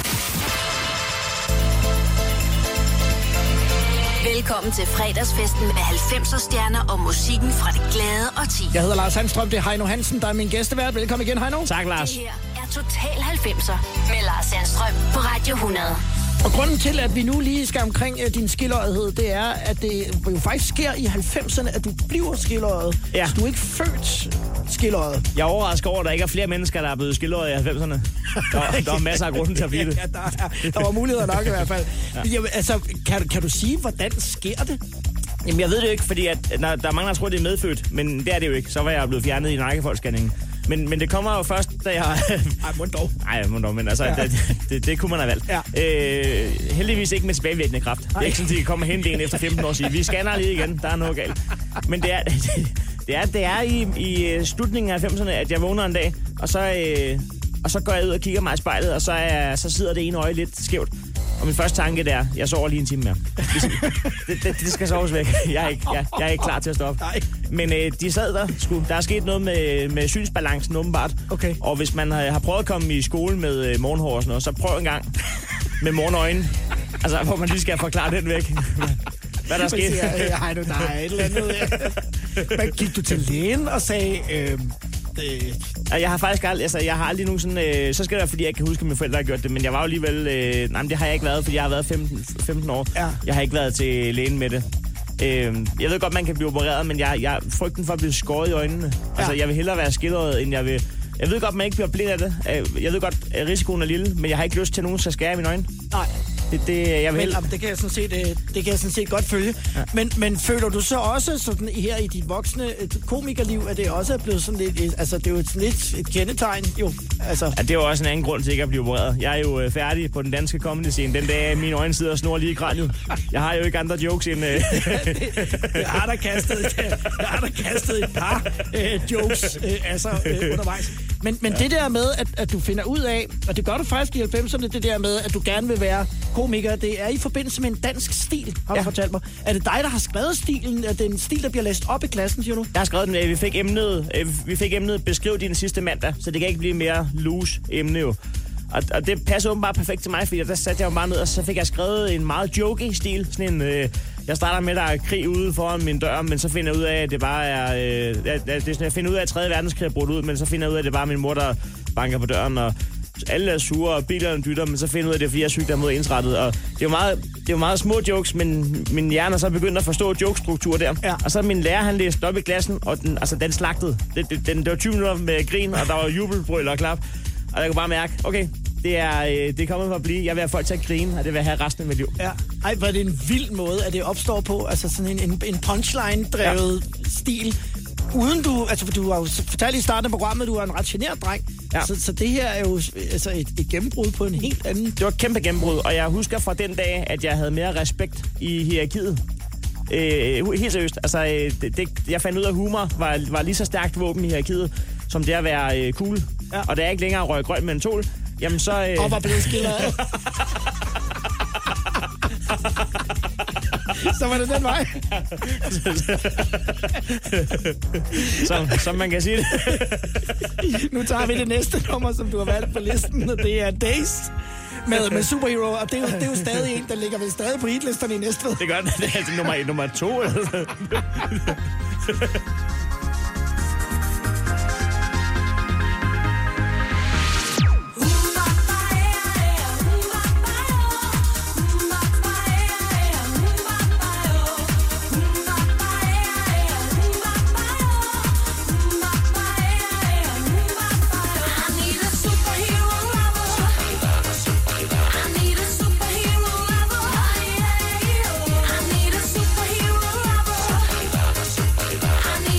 [SPEAKER 1] Velkommen til fredagsfesten med 90'er stjerner og musikken fra det glade årti.
[SPEAKER 2] Jeg hedder Lars Sandstrøm, det er Heino Hansen, der er min gæstevært. Velkommen igen, Heino.
[SPEAKER 3] Tak, Lars.
[SPEAKER 1] Det her er Total 90'er med Lars Sandstrøm på Radio 100.
[SPEAKER 2] Og grunden til, at vi nu lige skal omkring din skiløjethed, det er, at det jo faktisk sker i 90'erne, at du bliver skiløjet.
[SPEAKER 3] Ja.
[SPEAKER 2] Så du er ikke født skiløjet.
[SPEAKER 3] Jeg er overrasket over, at der ikke er flere mennesker, der er blevet skiløjet i 90'erne. Der er masser af grunden til at blive det.
[SPEAKER 2] Ja, der var muligheder nok i hvert fald. Ja. Jamen, altså, kan du sige, hvordan sker det?
[SPEAKER 3] Jamen, jeg ved det jo ikke, fordi at, der er mange, der tror, det er medfødt, men det er det jo ikke. Så var jeg blevet fjernet i nakkefoldsscanningen. Men det kommer jo først, da jeg... Ej, må dog, men altså, det kunne man have valgt. Ja. Heldigvis ikke med tilbagevirkende kraft. Det er ikke sådan, at de kan komme hen en efter 15 år og sige, vi scanner lige igen, der er noget galt. Men det er i slutningen af 90'erne, at jeg vågner en dag, og så går jeg ud og kigger mig i spejlet, og så sidder det ene øje lidt skævt. Og min første tanke er, jeg sover lige en time mere. Det skal soves væk. Jeg er ikke klar til at stoppe. Men de sad der. Der er sket noget med synsbalancen åbenbart. Okay. Og hvis man har prøvet at komme i skole med morgenhår og sådan noget, så prøv en gang med morgenøjne. Altså, hvor man lige skal forklare den væk. Hvad der er sket.
[SPEAKER 2] Hej nu, der er et eller andet. Men gik du til lægen og sagde...
[SPEAKER 3] Jeg har faktisk aldrig nogen sådan... så skal det være, fordi jeg ikke kan huske, at mine forældre har gjort det. Men jeg var jo alligevel... nej, men det har jeg ikke været, fordi jeg har været 15 år. Ja. Jeg har ikke været til lægen med det. Jeg ved godt, man kan blive opereret, men jeg frygten for at blive skåret i øjnene. Ja. Altså, jeg vil hellere være skildret, end jeg vil... Jeg ved godt, man ikke bliver blind af det. Jeg ved godt, at risikoen er lille, men jeg har ikke lyst til, at nogen skal skære i mine øjne. Nej. Det kan jeg sådan set godt følge. Ja. Men føler du så også sådan her i dit voksne komikerliv, at det også er blevet sådan lidt, altså det er jo sådan lidt et kendetegn jo. Altså. Ja, det er jo også en anden grund til ikke at blive opereret. Jeg er jo færdig på den danske comedy scene. Den dag mine øjne sidder og snor lige i kraniet. Jeg har jo ikke andre jokes end... Jeg
[SPEAKER 2] har da kastet et par jokes undervejs. Men det der med, at du finder ud af, og det gør du faktisk i 90'erne, det der med, at du gerne vil være komiker, det er i forbindelse med en dansk stil, har du fortalt mig. Er det dig, der har skrevet stilen? Er det en stil, der bliver læst op i klassen, siger du? Jeg har skrevet den. Vi fik emnet beskriv din sidste mandag, så det kan ikke blive mere loose emne jo. Og det passer åbenbart perfekt til mig, fordi der satte jeg jo bare ned, og så fik jeg skrevet en meget jokey stil. Sådan en, jeg starter med, at der er krig ude foran min dør, men så finder jeg ud af, at det bare er... det er sådan, jeg finder ud af, at 3. verdenskrig er brudt ud, men så finder jeg ud af, at det er bare min mor, der banker på døren, og alle er sure, og bilerne dytter, men så finder jeg ud af, at det er, fordi jeg er syg, der er mod ensrettet. Og det er jo meget små jokes, men min hjerne er så begyndt at forstå jokestruktur der. Ja. Og så min lærer, han læste op i klassen, og den slagtede. Det var 20 minutter med grin, og der var jubelbrøl og klap. Og jeg kunne bare mærke, okay, det er kommet for at blive. Jeg vil have folk til at grine, og det vil jeg have resten af mit liv. Ja. Ej, hvor er det en vild måde, at det opstår på. Altså sådan en punchline-drevet stil. Uden for du har jo fortalt i starten af programmet, at du er en ret genert dreng. Ja. Så det her er jo altså et gennembrud på en helt anden... Det var et kæmpe gennembrud, og jeg husker fra den dag, at jeg havde mere respekt i hierarkiet. Helt seriøst. Altså, jeg fandt ud af, at humor var lige så stærkt våben i hierarkiet, som det at være cool. Ja. Og da jeg ikke længere røg grøn med en tol, jamen så... Og var blevet skiller af. Så var det den vej. Som man kan sige det. Nu tager vi det næste nummer, som du har valgt på listen, og det er Days med Superhero, og det er jo stadig en, der ligger vel stadig på hitlisterne i Næstved. Det gør den. Det er altså nummer 2.
[SPEAKER 6] I need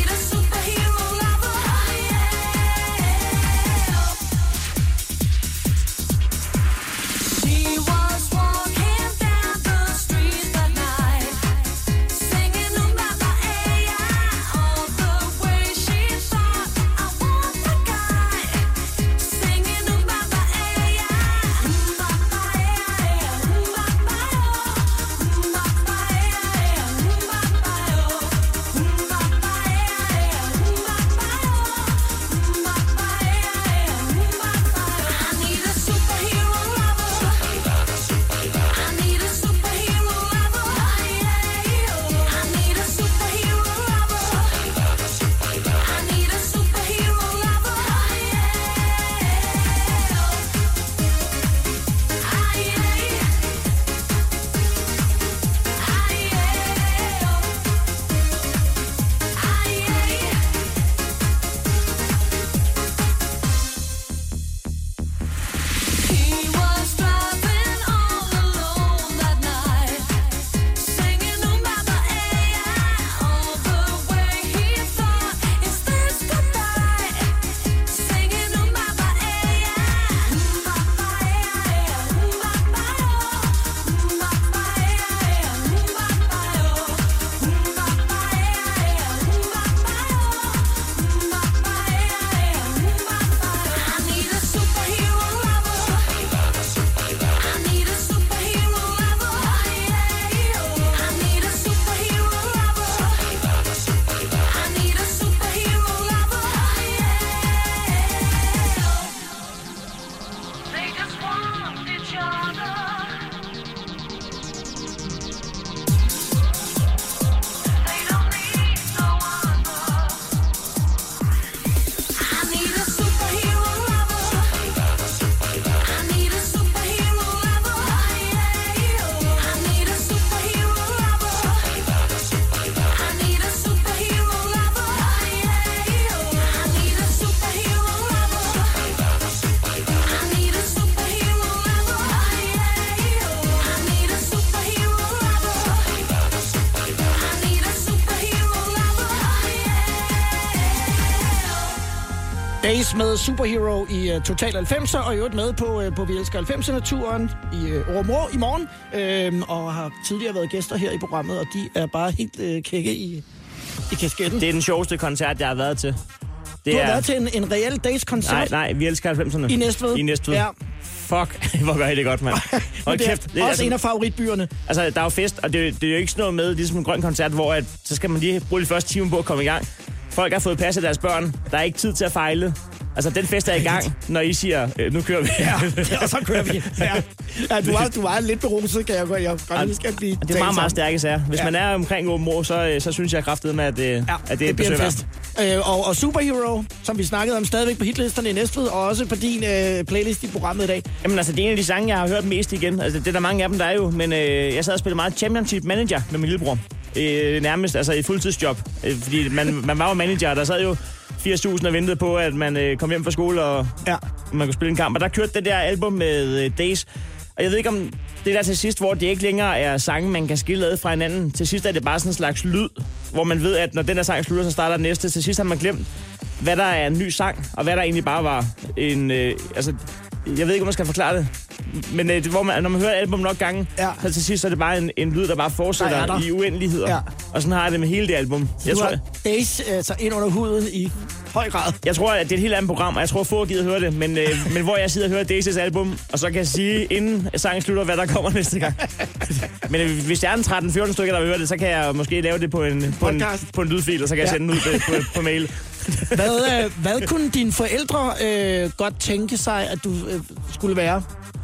[SPEAKER 2] Days med Superhero i Total 90'er, og i øvrigt med på Vi Elsker 90'erne-turen i Åremor i morgen, og har tidligere været gæster her i programmet, og de er bare helt kække i kasketten.
[SPEAKER 3] Det er den sjoveste koncert, jeg har været til.
[SPEAKER 2] Du har været til en reel Days-koncert?
[SPEAKER 3] Nej, Vi Elsker 90'erne.
[SPEAKER 2] I Næstved?
[SPEAKER 3] Ja. Fuck, hvor gør I det godt, mand.
[SPEAKER 2] Hold kæft. Det er også en af favoritbyerne. Altså,
[SPEAKER 3] der er jo fest, og det er jo ikke sådan noget med, ligesom en grøn koncert, hvor så skal man lige bruge de første timer på at komme i gang. Folk har fået passet deres børn. Der er ikke tid til at fejle. Altså, den fest er i gang, når I siger, nu kører vi.
[SPEAKER 2] Ja, så kører vi. Ja, du var lidt beruset, kan jeg godt skal blive.
[SPEAKER 3] Det er meget, meget stærke sager. Hvis man er omkring Åbenrå, så synes jeg kraftigt med, at det er et besøg.
[SPEAKER 2] Fest. Og Superhero, som vi snakkede om, stadigvæk på hitlisterne i Næstved, og også på din playlist i programmet i dag.
[SPEAKER 3] Jamen altså, det er en af de sange, jeg har hørt mest igen. Altså, det er der mange af dem, der er jo. Men jeg sad og spillede meget Championship Manager med min lillebror. Nærmest, altså i fuldtidsjob. Fordi man var jo manager, der sad jo 80.000 og ventede på, at man kom hjem fra skole, og man kunne spille en kamp. Og der kørte det der album med Days. Og jeg ved ikke om det der til sidst, hvor det ikke længere er sange, man kan skille ad fra hinanden. Til sidst er det bare sådan en slags lyd, hvor man ved, at når den der sang slutter, så starter den næste. Til sidst har man glemt, hvad der er en ny sang, og hvad der egentlig bare var en... altså, jeg ved ikke, om man skal forklare det. Men hvor når man hører album nok gange, så til sidst så er det bare en lyd, der bare fortsætter i uendeligheder. Ja. Og sådan har jeg det med hele det album.
[SPEAKER 2] Jeg tror, Days tager ind under huden i høj grad.
[SPEAKER 3] Jeg tror, at det er et helt andet program, og jeg tror, få gider høre det. Men hvor jeg sidder og hører Days' album, og så kan jeg sige, inden sangen slutter, hvad der kommer næste gang. Men hvis jeg er en 13-14 stykker, der vil høre det, så kan jeg måske lave det på en lydfil, og så kan jeg sende den ud på mail.
[SPEAKER 2] Hvad kunne dine forældre godt tænke sig, at du skulle være?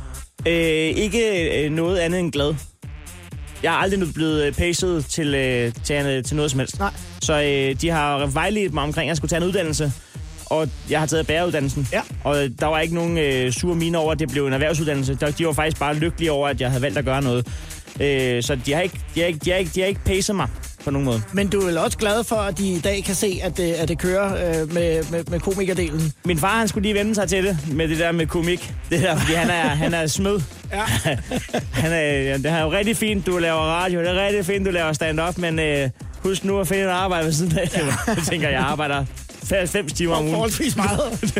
[SPEAKER 3] Ikke noget andet end glad. Jeg har aldrig blevet pacet til noget som helst.
[SPEAKER 2] Nej.
[SPEAKER 3] Så de har vejledt mig omkring, at jeg skulle tage en uddannelse. Og jeg har taget bæreruddannelsen. Ja. Og der var ikke nogen sure miner over, at det blev en erhvervsuddannelse. De var faktisk bare lykkelige over, at jeg havde valgt at gøre noget. Så de har ikke pacet mig på nogen måde.
[SPEAKER 2] Men du er vel også glad for, at de i dag kan se, at det kører med komikerdelen?
[SPEAKER 3] Min far, han skulle lige vende sig til det, med det der med komik. Det der, fordi han er smed. Ja. Det er jo rigtig fint, du laver radio. Det er rigtig fint, du laver stand-up, men husk nu at finde et arbejde ved siden af. Jeg tænker, jeg arbejder 90 timer om ugen.
[SPEAKER 2] Forholdsvis meget.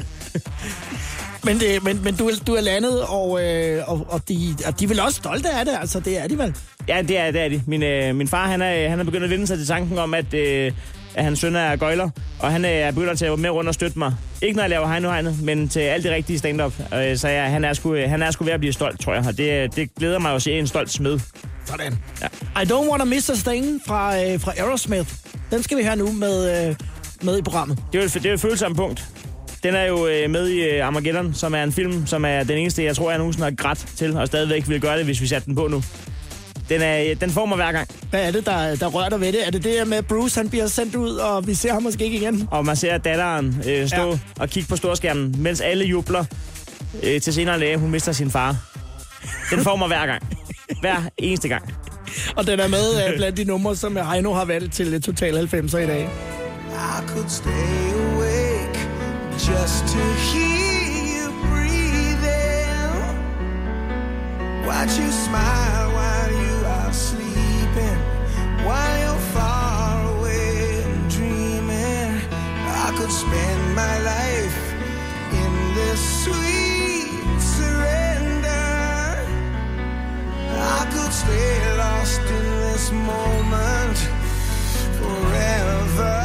[SPEAKER 2] Men du er landet, og de er vel også stolte af det, altså det er de vel?
[SPEAKER 3] Ja, det er de. Min far, han er begyndt at vende sig til tanken om, at hans søn er gøjler, og han er begyndt at tage med rundt og støtte mig. Ikke når jeg laver Heino, men til alt det rigtige stand-up. Så han er sgu ved at blive stolt, tror jeg, og det glæder mig at se en stolt smed.
[SPEAKER 2] Sådan. Ja. I Don't Wanna Miss a Thing fra Aerosmith. Den skal vi høre nu med i programmet.
[SPEAKER 3] Det er jo et følsomt punkt. Den er jo med i Armageddon, som er en film, som er den eneste, jeg tror, jeg nogensinde har grædt til, og stadigvæk vil gøre det, hvis vi satte den på nu. Den får mig hver gang.
[SPEAKER 2] Hvad er det, der rører dig ved det? Er det det med, Bruce han bliver sendt ud, og vi ser ham måske ikke igen?
[SPEAKER 3] Og man ser datteren stå og kigge på storskærmen, mens alle jubler til senere læge, hun mister sin far. Den får mig hver gang. Hver eneste gang.
[SPEAKER 2] Og den er med blandt de numre, som Heino har valgt til Total 90'er i dag.
[SPEAKER 9] I could stay awake just to hear you breathing. Watch you smile while you are sleeping, while you're far away and dreaming. I could spend my life in this sweet surrender. I could stay lost in this moment forever.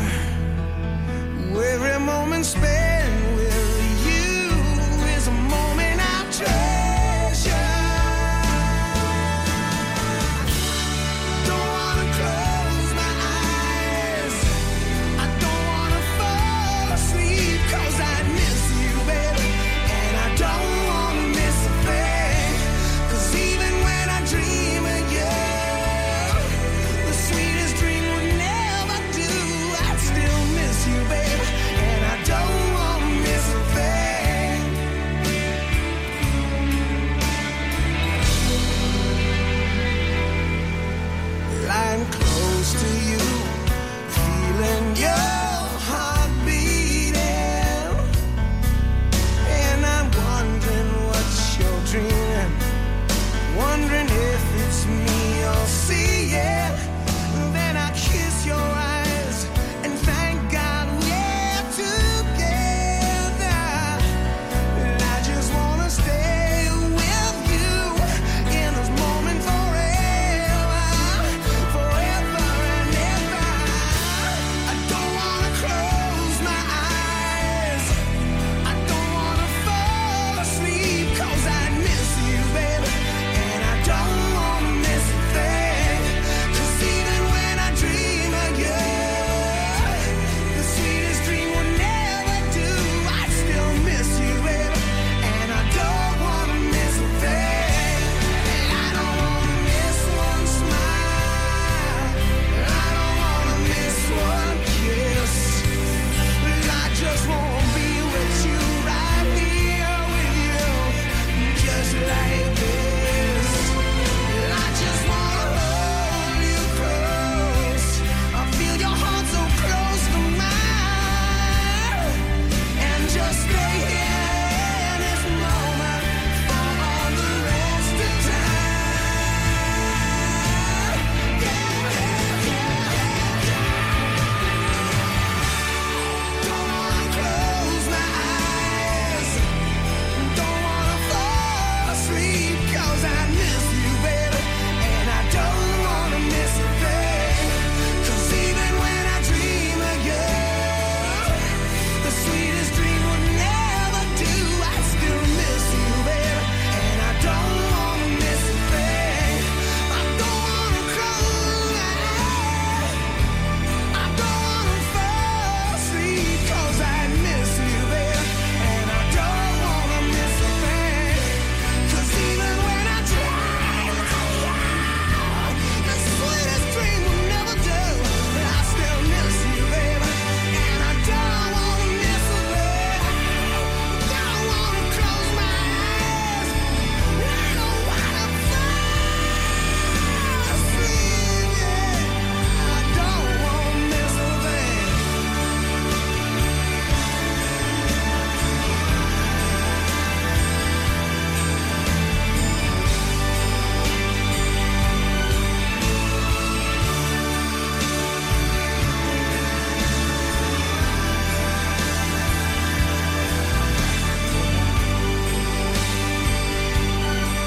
[SPEAKER 9] Every moment spent with you is a moment I'll treasure. Don't wanna close my eyes, I don't wanna fall asleep, 'cause I miss you, baby, and I don't wanna miss a thing, 'cause even when I dream of you, the sweet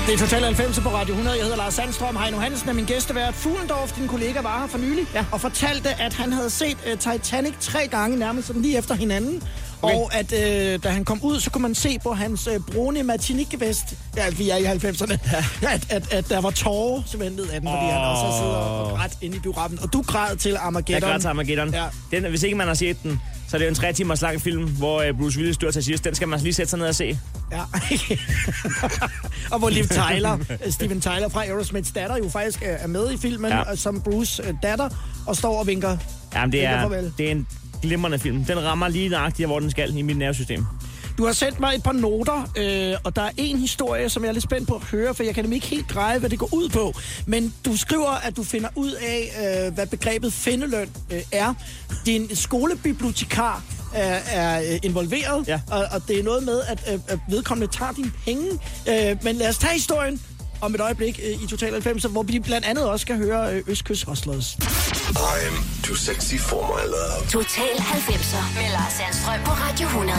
[SPEAKER 2] Det er Total 90 på Radio 100. Jeg hedder Lars Sandstrøm. Heino Hansen er min gæstevært. Fuglendorf, din kollega, var her for nylig, og fortalte, at han havde set Titanic 3 gange, nærmest sådan lige efter hinanden. Okay. Og at da han kom ud, så kunne man se på hans brune Martinique-vest, ja, vi er i 90'erne, at der var tårer, som ventede af den, fordi han også sidder og græd inde i biografen. Og du græd til Armageddon.
[SPEAKER 3] Jeg græd til Armageddon. Ja. Den, hvis ikke man har set den, så er det jo en 3 timers lang film, hvor Bruce Willis dør til sidst. Den skal man lige sætte sig ned og se.
[SPEAKER 2] Ja. Og hvor Liv Tyler, Steven Tyler fra Aerosmiths datter, jo faktisk er med i filmen, som Bruce datter, og står og vinker.
[SPEAKER 3] Jamen, det er en glimrende film. Den rammer lige nøjagtigt, hvor den skal i mit nervesystem.
[SPEAKER 2] Du har sendt mig et par noter, og der er en historie, som jeg er lidt spændt på at høre, for jeg kan nemlig ikke helt greje, hvad det går ud på. Men du skriver, at du finder ud af, hvad begrebet findeløn er. Din skolebibliotekar er involveret, og det er noget med, at vedkommende tager dine penge. Men lad os tage historien om et øjeblik i Total 90, hvor vi blandt andet også skal høre Østkyst Hustlers.
[SPEAKER 10] I'm too sexy for my love.
[SPEAKER 1] Total 90'er med Lars Sandstrøm på Radio 100.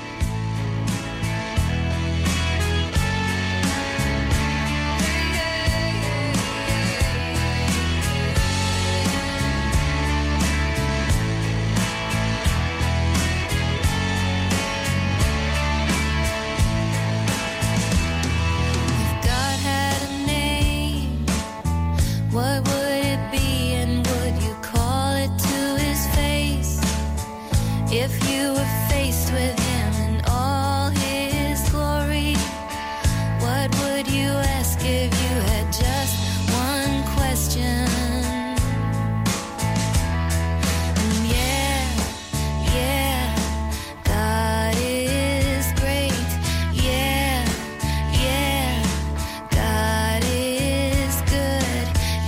[SPEAKER 11] What would it be, and would you call it to his face? If you were faced with him in all his glory, what would you ask if you had just one question? And yeah, God is great. Yeah, God is good.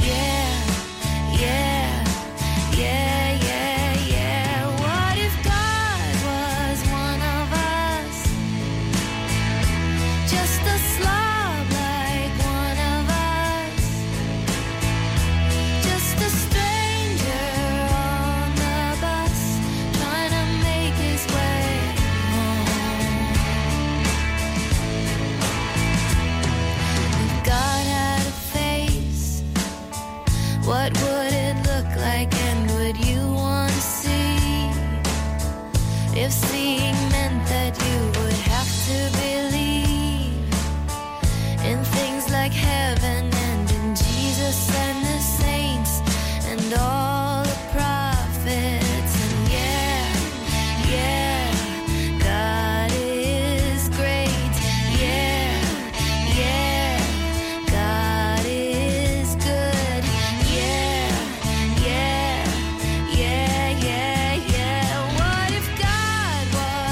[SPEAKER 11] What if God was one of us? Just a slob like one of us. Just a stranger on the bus, trying to make his way home. If God had a face, what would it look like, and would you want to see? If seeing meant that you would have to believe in things like heaven and in Jesus and the saints and all the prophets. And yeah, God is great. Yeah, God is good. Yeah. What if God was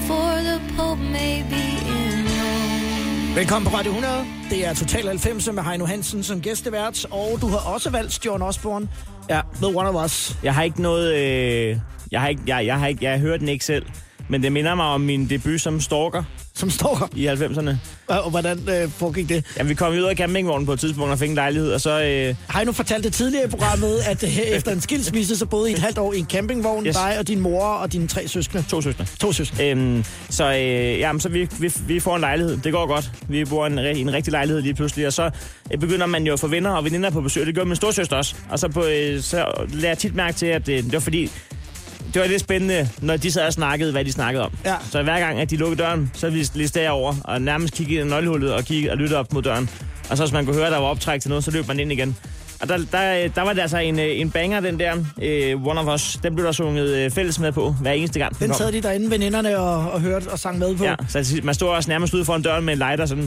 [SPEAKER 11] before the Pope may be in Rome.
[SPEAKER 2] Velkommen på Radio 100. Det er Total 90 med Heino Hansen som gæstevært, og du har også valgt John Osborne med One of Us.
[SPEAKER 3] Jeg har ikke noget... Jeg hører den ikke selv, men det minder mig om min debut som stalker.
[SPEAKER 2] Som stalker?
[SPEAKER 3] I 90'erne.
[SPEAKER 2] Og hvordan foregik det?
[SPEAKER 3] Jamen, vi kom ud af campingvognen på et tidspunkt og fik en lejlighed, og så...
[SPEAKER 2] Har I nu fortalt det tidligere i programmet, at efter en skilsmisse, så boede I et halvt år i en campingvogn, dig og din mor og dine 3 søskende?
[SPEAKER 3] 2 søskende.
[SPEAKER 2] 2 søskende.
[SPEAKER 3] Så vi får en lejlighed. Det går godt. Vi bor i en rigtig lejlighed lige pludselig, og så begynder man jo at få venner og veninder på besøg. Det gør min storsøster også. Og så lader jeg tit mærke til, at det var fordi... Det var lidt spændende, når de sad og snakkede, hvad de snakkede om. Ja. Så hver gang, at de lukkede døren, så listede jeg over og nærmest kiggede i nøglehullet og lyttede op mod døren. Og så hvis man kunne høre, at der var optræk til noget, så løb man ind igen. Og der var der altså en banger, den der One of Us. Den blev der sunget fælles med på hver eneste gang.
[SPEAKER 2] Den sad de derinde, veninderne, og hørte og sang med på.
[SPEAKER 3] Ja, så man stod også nærmest ude foran døren med en lighter sådan.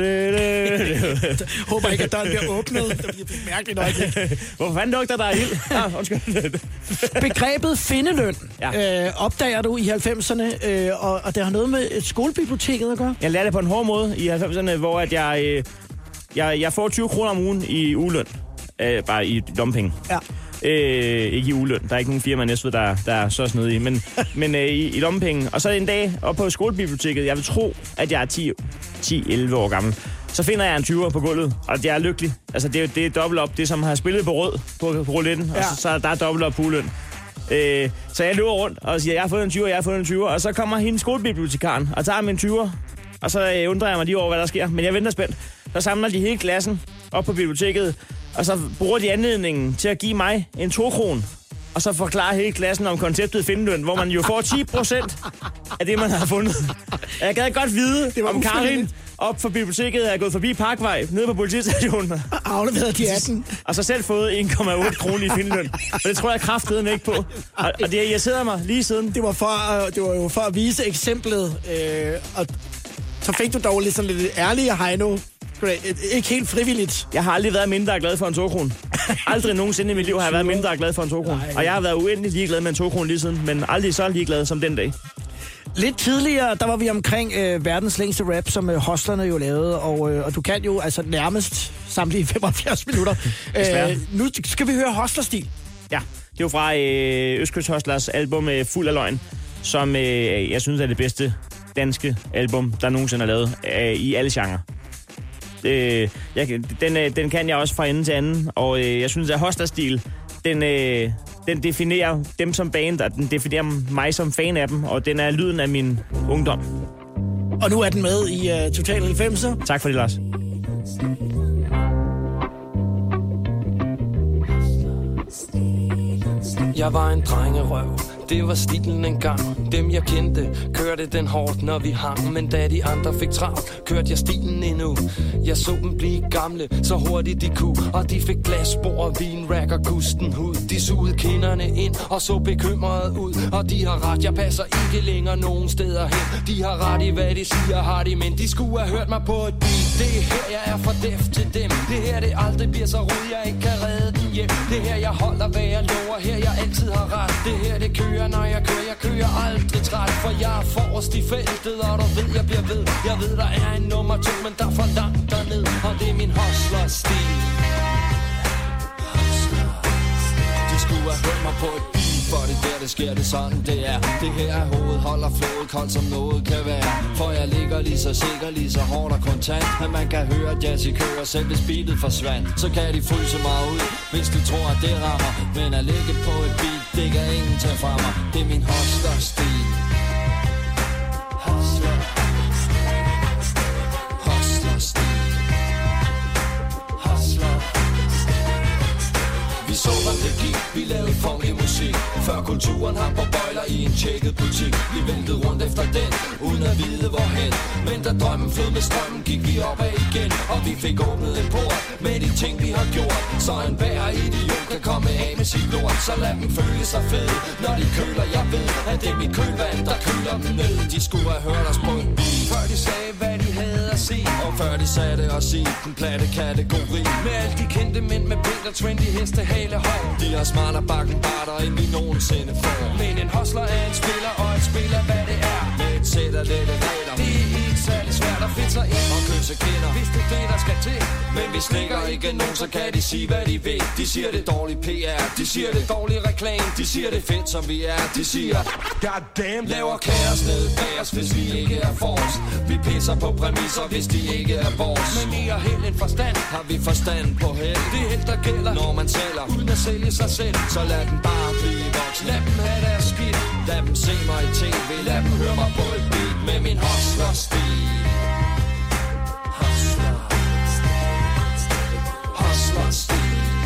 [SPEAKER 2] Håber ikke, at døren bliver åbnet. Det bliver mærkeligt øjeblik.
[SPEAKER 3] Hvorfor fanden lugter der ild? Undskyld.
[SPEAKER 2] Begrebet findeløn opdager du i 90'erne, og det har noget med skolebiblioteket at gøre?
[SPEAKER 3] Jeg lærte det på en hård måde i 90'erne, hvor at jeg får 20 kroner om ugen i ugeløn. Bare i lommepenge. Ja. Ikke i ugeløn. Der er ikke nogen firma næste, der er så snedige. Men i lommepenge. Og så en dag oppe på skolebiblioteket, jeg vil tro, at jeg er 10-11 år gammel. Så finder jeg en 20'er på gulvet, og jeg er lykkelig. Altså, det er dobbelt op. Det som har spillet på rød på rouletten, og så der er dobbelt op på ugeløn. Så jeg løber rundt og siger, jeg har fået en 20'er, jeg har fået en 20'er. Og så kommer hende skolebibliotekaren og tager min 20'er. Og så undrer jeg mig lige over, hvad der sker. Men jeg venter spændt. Så samler de hele klassen op på biblioteket, og så bruger de anledningen til at give mig en 2-kron. Og så forklarer hele klassen om konceptet findeløn, hvor man jo får 10% af det, man har fundet. Jeg gad godt vide, om Karin op for biblioteket er gået forbi Parkvej, nede på politistationen.
[SPEAKER 2] Og afleveret de 18.
[SPEAKER 3] Og så selv fået 1,8 kroner i findeløn. Og det tror jeg kraftedeme ikke på. Og det irriterede mig lige siden.
[SPEAKER 2] Det var jo for at vise eksemplet. Og så fik du dog lidt sådan lidt ærlige Heino. Ikke helt frivilligt.
[SPEAKER 3] Jeg har aldrig været mindre glad for en 2-kron. Aldrig nogensinde i mit liv har jeg været mindre glad for en 2-kron. Og jeg har været uendelig ligeglad med en 2-kron lige siden, men aldrig så ligeglad som den dag.
[SPEAKER 2] Lidt tidligere, der var vi omkring verdens længste rap, som Hustlerne jo lavede, og du kan jo altså nærmest samtlige 75 minutter. Nu skal vi høre Hustlerstil.
[SPEAKER 3] Ja, det er jo fra Østkyst Hustlers album Fuld af løgn, som jeg synes er det bedste danske album, der nogensinde er lavet i alle genrer. Den kan jeg også fra ende til anden, og jeg synes, at Hustlerstil, den definerer dem som band, og den definerer mig som fan af dem, og den er lyden af min ungdom.
[SPEAKER 2] Og nu er den med i Total 90'er.
[SPEAKER 3] Tak for det, Lars.
[SPEAKER 8] Jeg var en drengerøv, det var stilen engang. Dem jeg kendte, kørte den hårdt, når vi hang. Men da de andre fik travlt, kørte jeg stilen endnu. Jeg så dem blive gamle, så hurtigt de kunne. Og de fik glasbord og vinrack og kusten hud. De sugede kinderne ind og så bekymrede ud. Og de har ret, jeg passer ikke længere nogen steder hen. De har ret i hvad de siger, har de, men de skulle have hørt mig på et beat. Det er her, jeg er for def til dem. Det her, det aldrig bliver så rød, jeg ikke kan redde den hjem. Det her, jeg holder, hvad jeg lover. Her, jeg altid har ret. Det her, det kører, når jeg kører aldrig træt. For jeg er forrest i feltet, og du ved, jeg bliver ved. Jeg ved, der er en nummer 2, men der er for langt derned. Og det er min hustler-stil. De skulle have hørt mig på et beat, for det der, det sker, det sådan, det er. Det her er hovedet, holder flået koldt, som noget kan være. For jeg ligger lige så sikker, lige så hårdt og kontant, at man kan høre, at jazz i kører, selv hvis beatet forsvandt. Så kan de fryse mig ud, hvis de tror, at det rammer. Men at ligge på et beat, det kan ingen tage fra mig. Det er min hustler-stil. Vi så, hvad det gik, vi lavede funky musik. Før kulturen hang på bøjler i en tjekket butik. Vi væltede rundt efter den, uden at vide hvorhen. Men da drømmen flød med strømmen, gik vi opad igen. Og vi fik åbnet en port med de ting vi har gjort. Så en hver idiot kan komme af med sit lort. Så lad dem føle sig fede, når de køler. Jeg ved, at det er mit kølvand, der køler dem ned. De skulle have hørt os på en bil, før de sagde, hvad de havde at se. Og før de satte os i den platte kategori. Med alle de kendte mænd med pænt og trendy hestehale hår. De har smartere bakken barter, end vi nogensinde får. Men en hustler er en spiller, og en spiller hvad det er. Med et sæt
[SPEAKER 12] lette regler. Det er ikke særlig svært at finde sig ind og kysse kinder, hvis det er det, der skal til. Men vi slikker ikke nogen, så kan de sige, hvad de vil. De siger det dårlig PR, de siger det dårlig reklame, de siger det fedt, som vi er. De siger, goddamn, laver kaos ned bag os, hvis vi ikke er forrest. Vi pisser på præmisser, hvis de ikke er vores. Men i og held en forstand, har vi forstand på held. Det er held, der gælder, når man sælger, uden at sælge sig selv. Så lad den bare blive voksen. Lad dem have deres skidt, lad dem se mig i tv. Lad dem høre mig på et beat med min hustler-stil. Hustler-stil.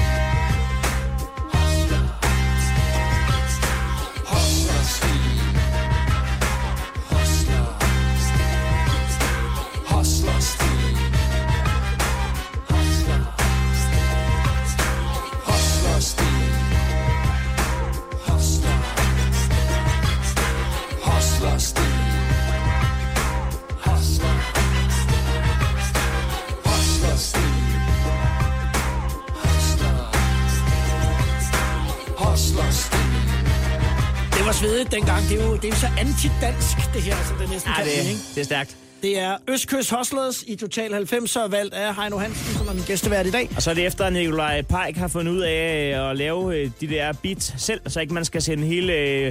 [SPEAKER 2] Det var svedigt dengang. Det er jo så antidansk, det her, som det næsten kan blive, ikke?
[SPEAKER 3] Det er stærkt.
[SPEAKER 2] Det er Østkyst Hustlers i Total 90'er, valgt af Heino Hansen, som er min gæstevært i dag.
[SPEAKER 3] Og så er det efter, at Nikolaj Pajk har fundet ud af at lave de der beats selv, så ikke man skal sende hele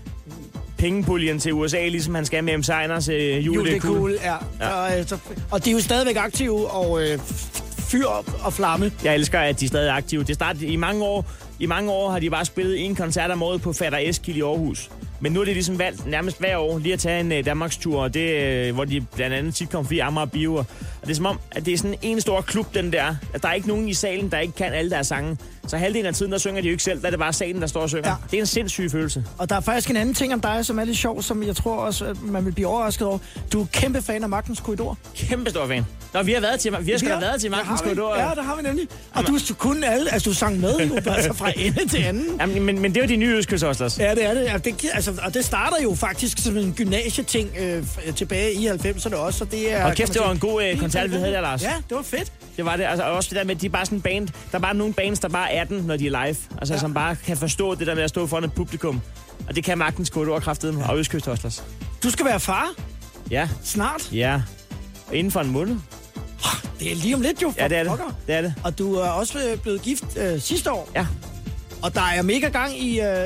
[SPEAKER 3] pengepuljen til USA, ligesom han skal med M-Sejners Jul, det er cool.
[SPEAKER 2] Ja. Og de er jo stadigvæk aktive og fyr og flamme.
[SPEAKER 3] Jeg elsker, at de er stadig aktive. Det startede i mange år. I mange år har de bare spillet en koncert om året på Fatter Eskil i Aarhus. Men nu er det ligesom valgt nærmest hver år lige at tage en Danmarkstur, og det, hvor de blandt andet tit kommer forbi Amager Bio. Og det er som om, at det er sådan en stor klub, den der. At der er ikke nogen i salen, der ikke kan alle deres sange. Så halvdelen af tiden, der synger de jo ikke selv. Der er det bare salen, der står og synger. Ja. Det er en sindssyg følelse.
[SPEAKER 2] Og der er faktisk en anden ting om dig, som er lidt sjov, som jeg tror også, at man vil blive overrasket over. Du er kæmpe fan af Magtens Korridor.
[SPEAKER 3] Kæmpe stor fan. Nå, vi har været til Magtens Korridor.
[SPEAKER 2] Ja, der har vi nemlig. Og du kunne alle, altså du sang med, jo, altså fra ende til anden.
[SPEAKER 3] Jamen, men det er jo de nye Østkyst Hustlers.
[SPEAKER 2] Ja, det er det. Og det starter jo faktisk som en gymnasieting tilbage i 90'erne også. Så det er,
[SPEAKER 3] og kæft, det var en god koncert, vi havde der, Lars.
[SPEAKER 2] Ja, det var fedt.
[SPEAKER 3] Det var det. Altså, også det der med, at de er bare sådan en band. Der er bare nogle bands, der bare er 18, når de er live. Altså, som bare kan forstå det der med at stå foran et publikum. Og det kan Magtens Korridor kraftedeme og Østkyst Hustlers.
[SPEAKER 2] Du skal være far?
[SPEAKER 3] Ja.
[SPEAKER 2] Snart?
[SPEAKER 3] Ja. Inden for en måned.
[SPEAKER 2] Det er lige om lidt jo.
[SPEAKER 3] Ja, det er det. Det er det.
[SPEAKER 2] Og du er også blevet gift sidste år.
[SPEAKER 3] Ja.
[SPEAKER 2] Og der er mega gang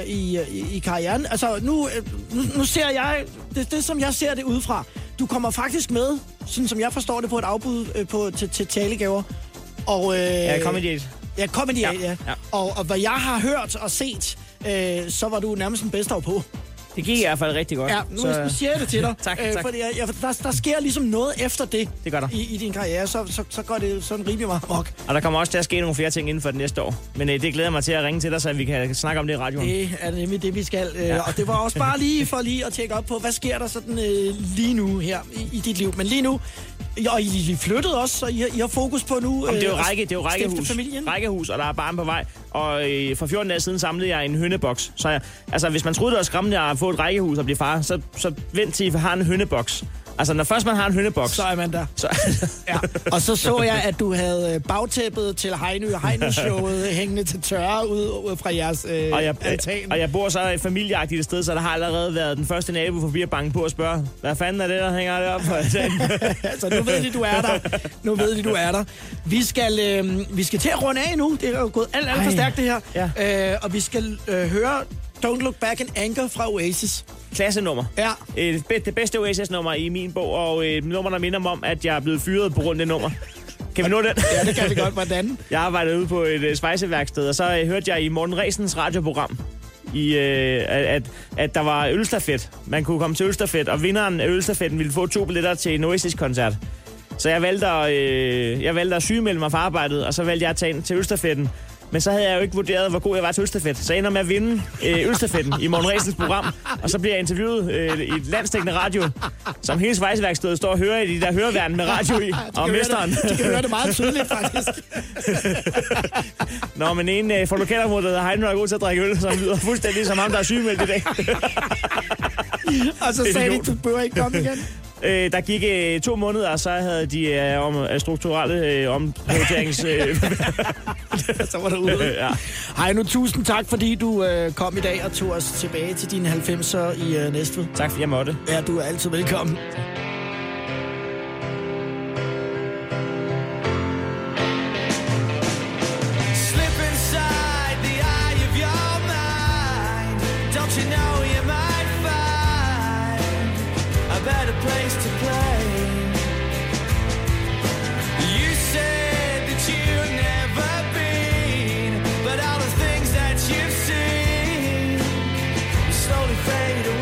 [SPEAKER 2] i karrieren. Altså, nu ser jeg det, som jeg ser det udefra. Du kommer faktisk med, sådan som jeg forstår det, på et afbud til talegaver. Og,
[SPEAKER 3] ja, Comedy 8.
[SPEAKER 2] Ja, Comedy 8, ja. Og hvad jeg har hørt og set, så var du nærmest den bedste på.
[SPEAKER 3] Det gik i hvert fald rigtig godt.
[SPEAKER 2] Ja, nu siger jeg det til dig.
[SPEAKER 3] tak.
[SPEAKER 2] Fordi der sker ligesom noget efter det.
[SPEAKER 3] Det gør der.
[SPEAKER 2] I din karriere, så går det sådan rimelig meget mok.
[SPEAKER 3] Og der kommer også til at ske nogle flere ting inden for det næste år. Men det glæder mig til at ringe til dig, så vi kan snakke om det i radioen.
[SPEAKER 2] Det er nemlig det, vi skal. Ja. Og det var også bare lige at tjekke op på, hvad sker der sådan lige nu her i dit liv. Men lige nu, og I flyttede også, så I har fokus på nu.
[SPEAKER 3] Det er jo rækkehus, og der er barn på vej. Og for 14 dage siden samlede jeg en hønneboks. Så hvis man troede, det var skræmmende at få et rækkehus og blive far, så vent til, I har en hønneboks. Altså, når først man har en hønneboks...
[SPEAKER 2] Så er man der. Ja. Og så jeg, at du havde bagtæppet til Heino-showet hængende til tørre ud fra jeres altan.
[SPEAKER 3] Og jeg bor så et familieagtigt sted, så der har allerede været den første nabo forbi at banke på og spørge, hvad fanden er det, der hænger deroppe på altanen?
[SPEAKER 2] Så nu ved de, du er der. Vi skal til at runde af nu. Det er jo gået alt for stærkt, det her. Ja. Og vi skal høre Don't Look Back in Anger fra Oasis.
[SPEAKER 3] Klassenummer.
[SPEAKER 2] Ja.
[SPEAKER 3] Det bedste Oasis-nummer i min bog, og et nummer, der minder mig om, at jeg er blevet fyret på grund af det nummer. Kan vi nå den?
[SPEAKER 2] Ja, det kan vi godt. Hvordan?
[SPEAKER 3] Jeg arbejdede ude på et svejseværksted, og så hørte jeg i Morten Ræsens radioprogram, at der var ølstafet. Man kunne komme til ølstafet, og vinderen af ølstafetten ville få 2 billetter til en Oasis-koncert. Så jeg valgte at sygemelde mig fra arbejdet, og så valgte jeg at tage ind til ølstafetten. Men så havde jeg jo ikke vurderet, hvor god jeg var til ølstafet. Så jeg ender med at vinde ølstafetten i Morten Ræsens program. Og så bliver jeg interviewet i et landsdækkende radio, som hele svejseværkstedet står og hører i de der høreværn med radio i. Og mesteren.
[SPEAKER 2] De kan høre det meget tydeligt, faktisk.
[SPEAKER 3] Nå, men en fra lokalområdet, der har god til at drikke øl, som lyder fuldstændig som ham, der er sygemeldt i dag.
[SPEAKER 2] Og så sagde de, du bør ikke komme igen.
[SPEAKER 3] Der gik 2 måneder, og så havde de strukturelle omprioriterings...
[SPEAKER 2] Så var du ude.
[SPEAKER 3] Ja.
[SPEAKER 2] Hej nu, tusind tak, fordi du kom i dag og tog os tilbage til dine 90'er i Næstved.
[SPEAKER 3] Tak fordi jeg måtte.
[SPEAKER 2] Ja, du er altid velkommen.
[SPEAKER 6] Place to play. You said that you've never been, but all the things that you've seen slowly fade away.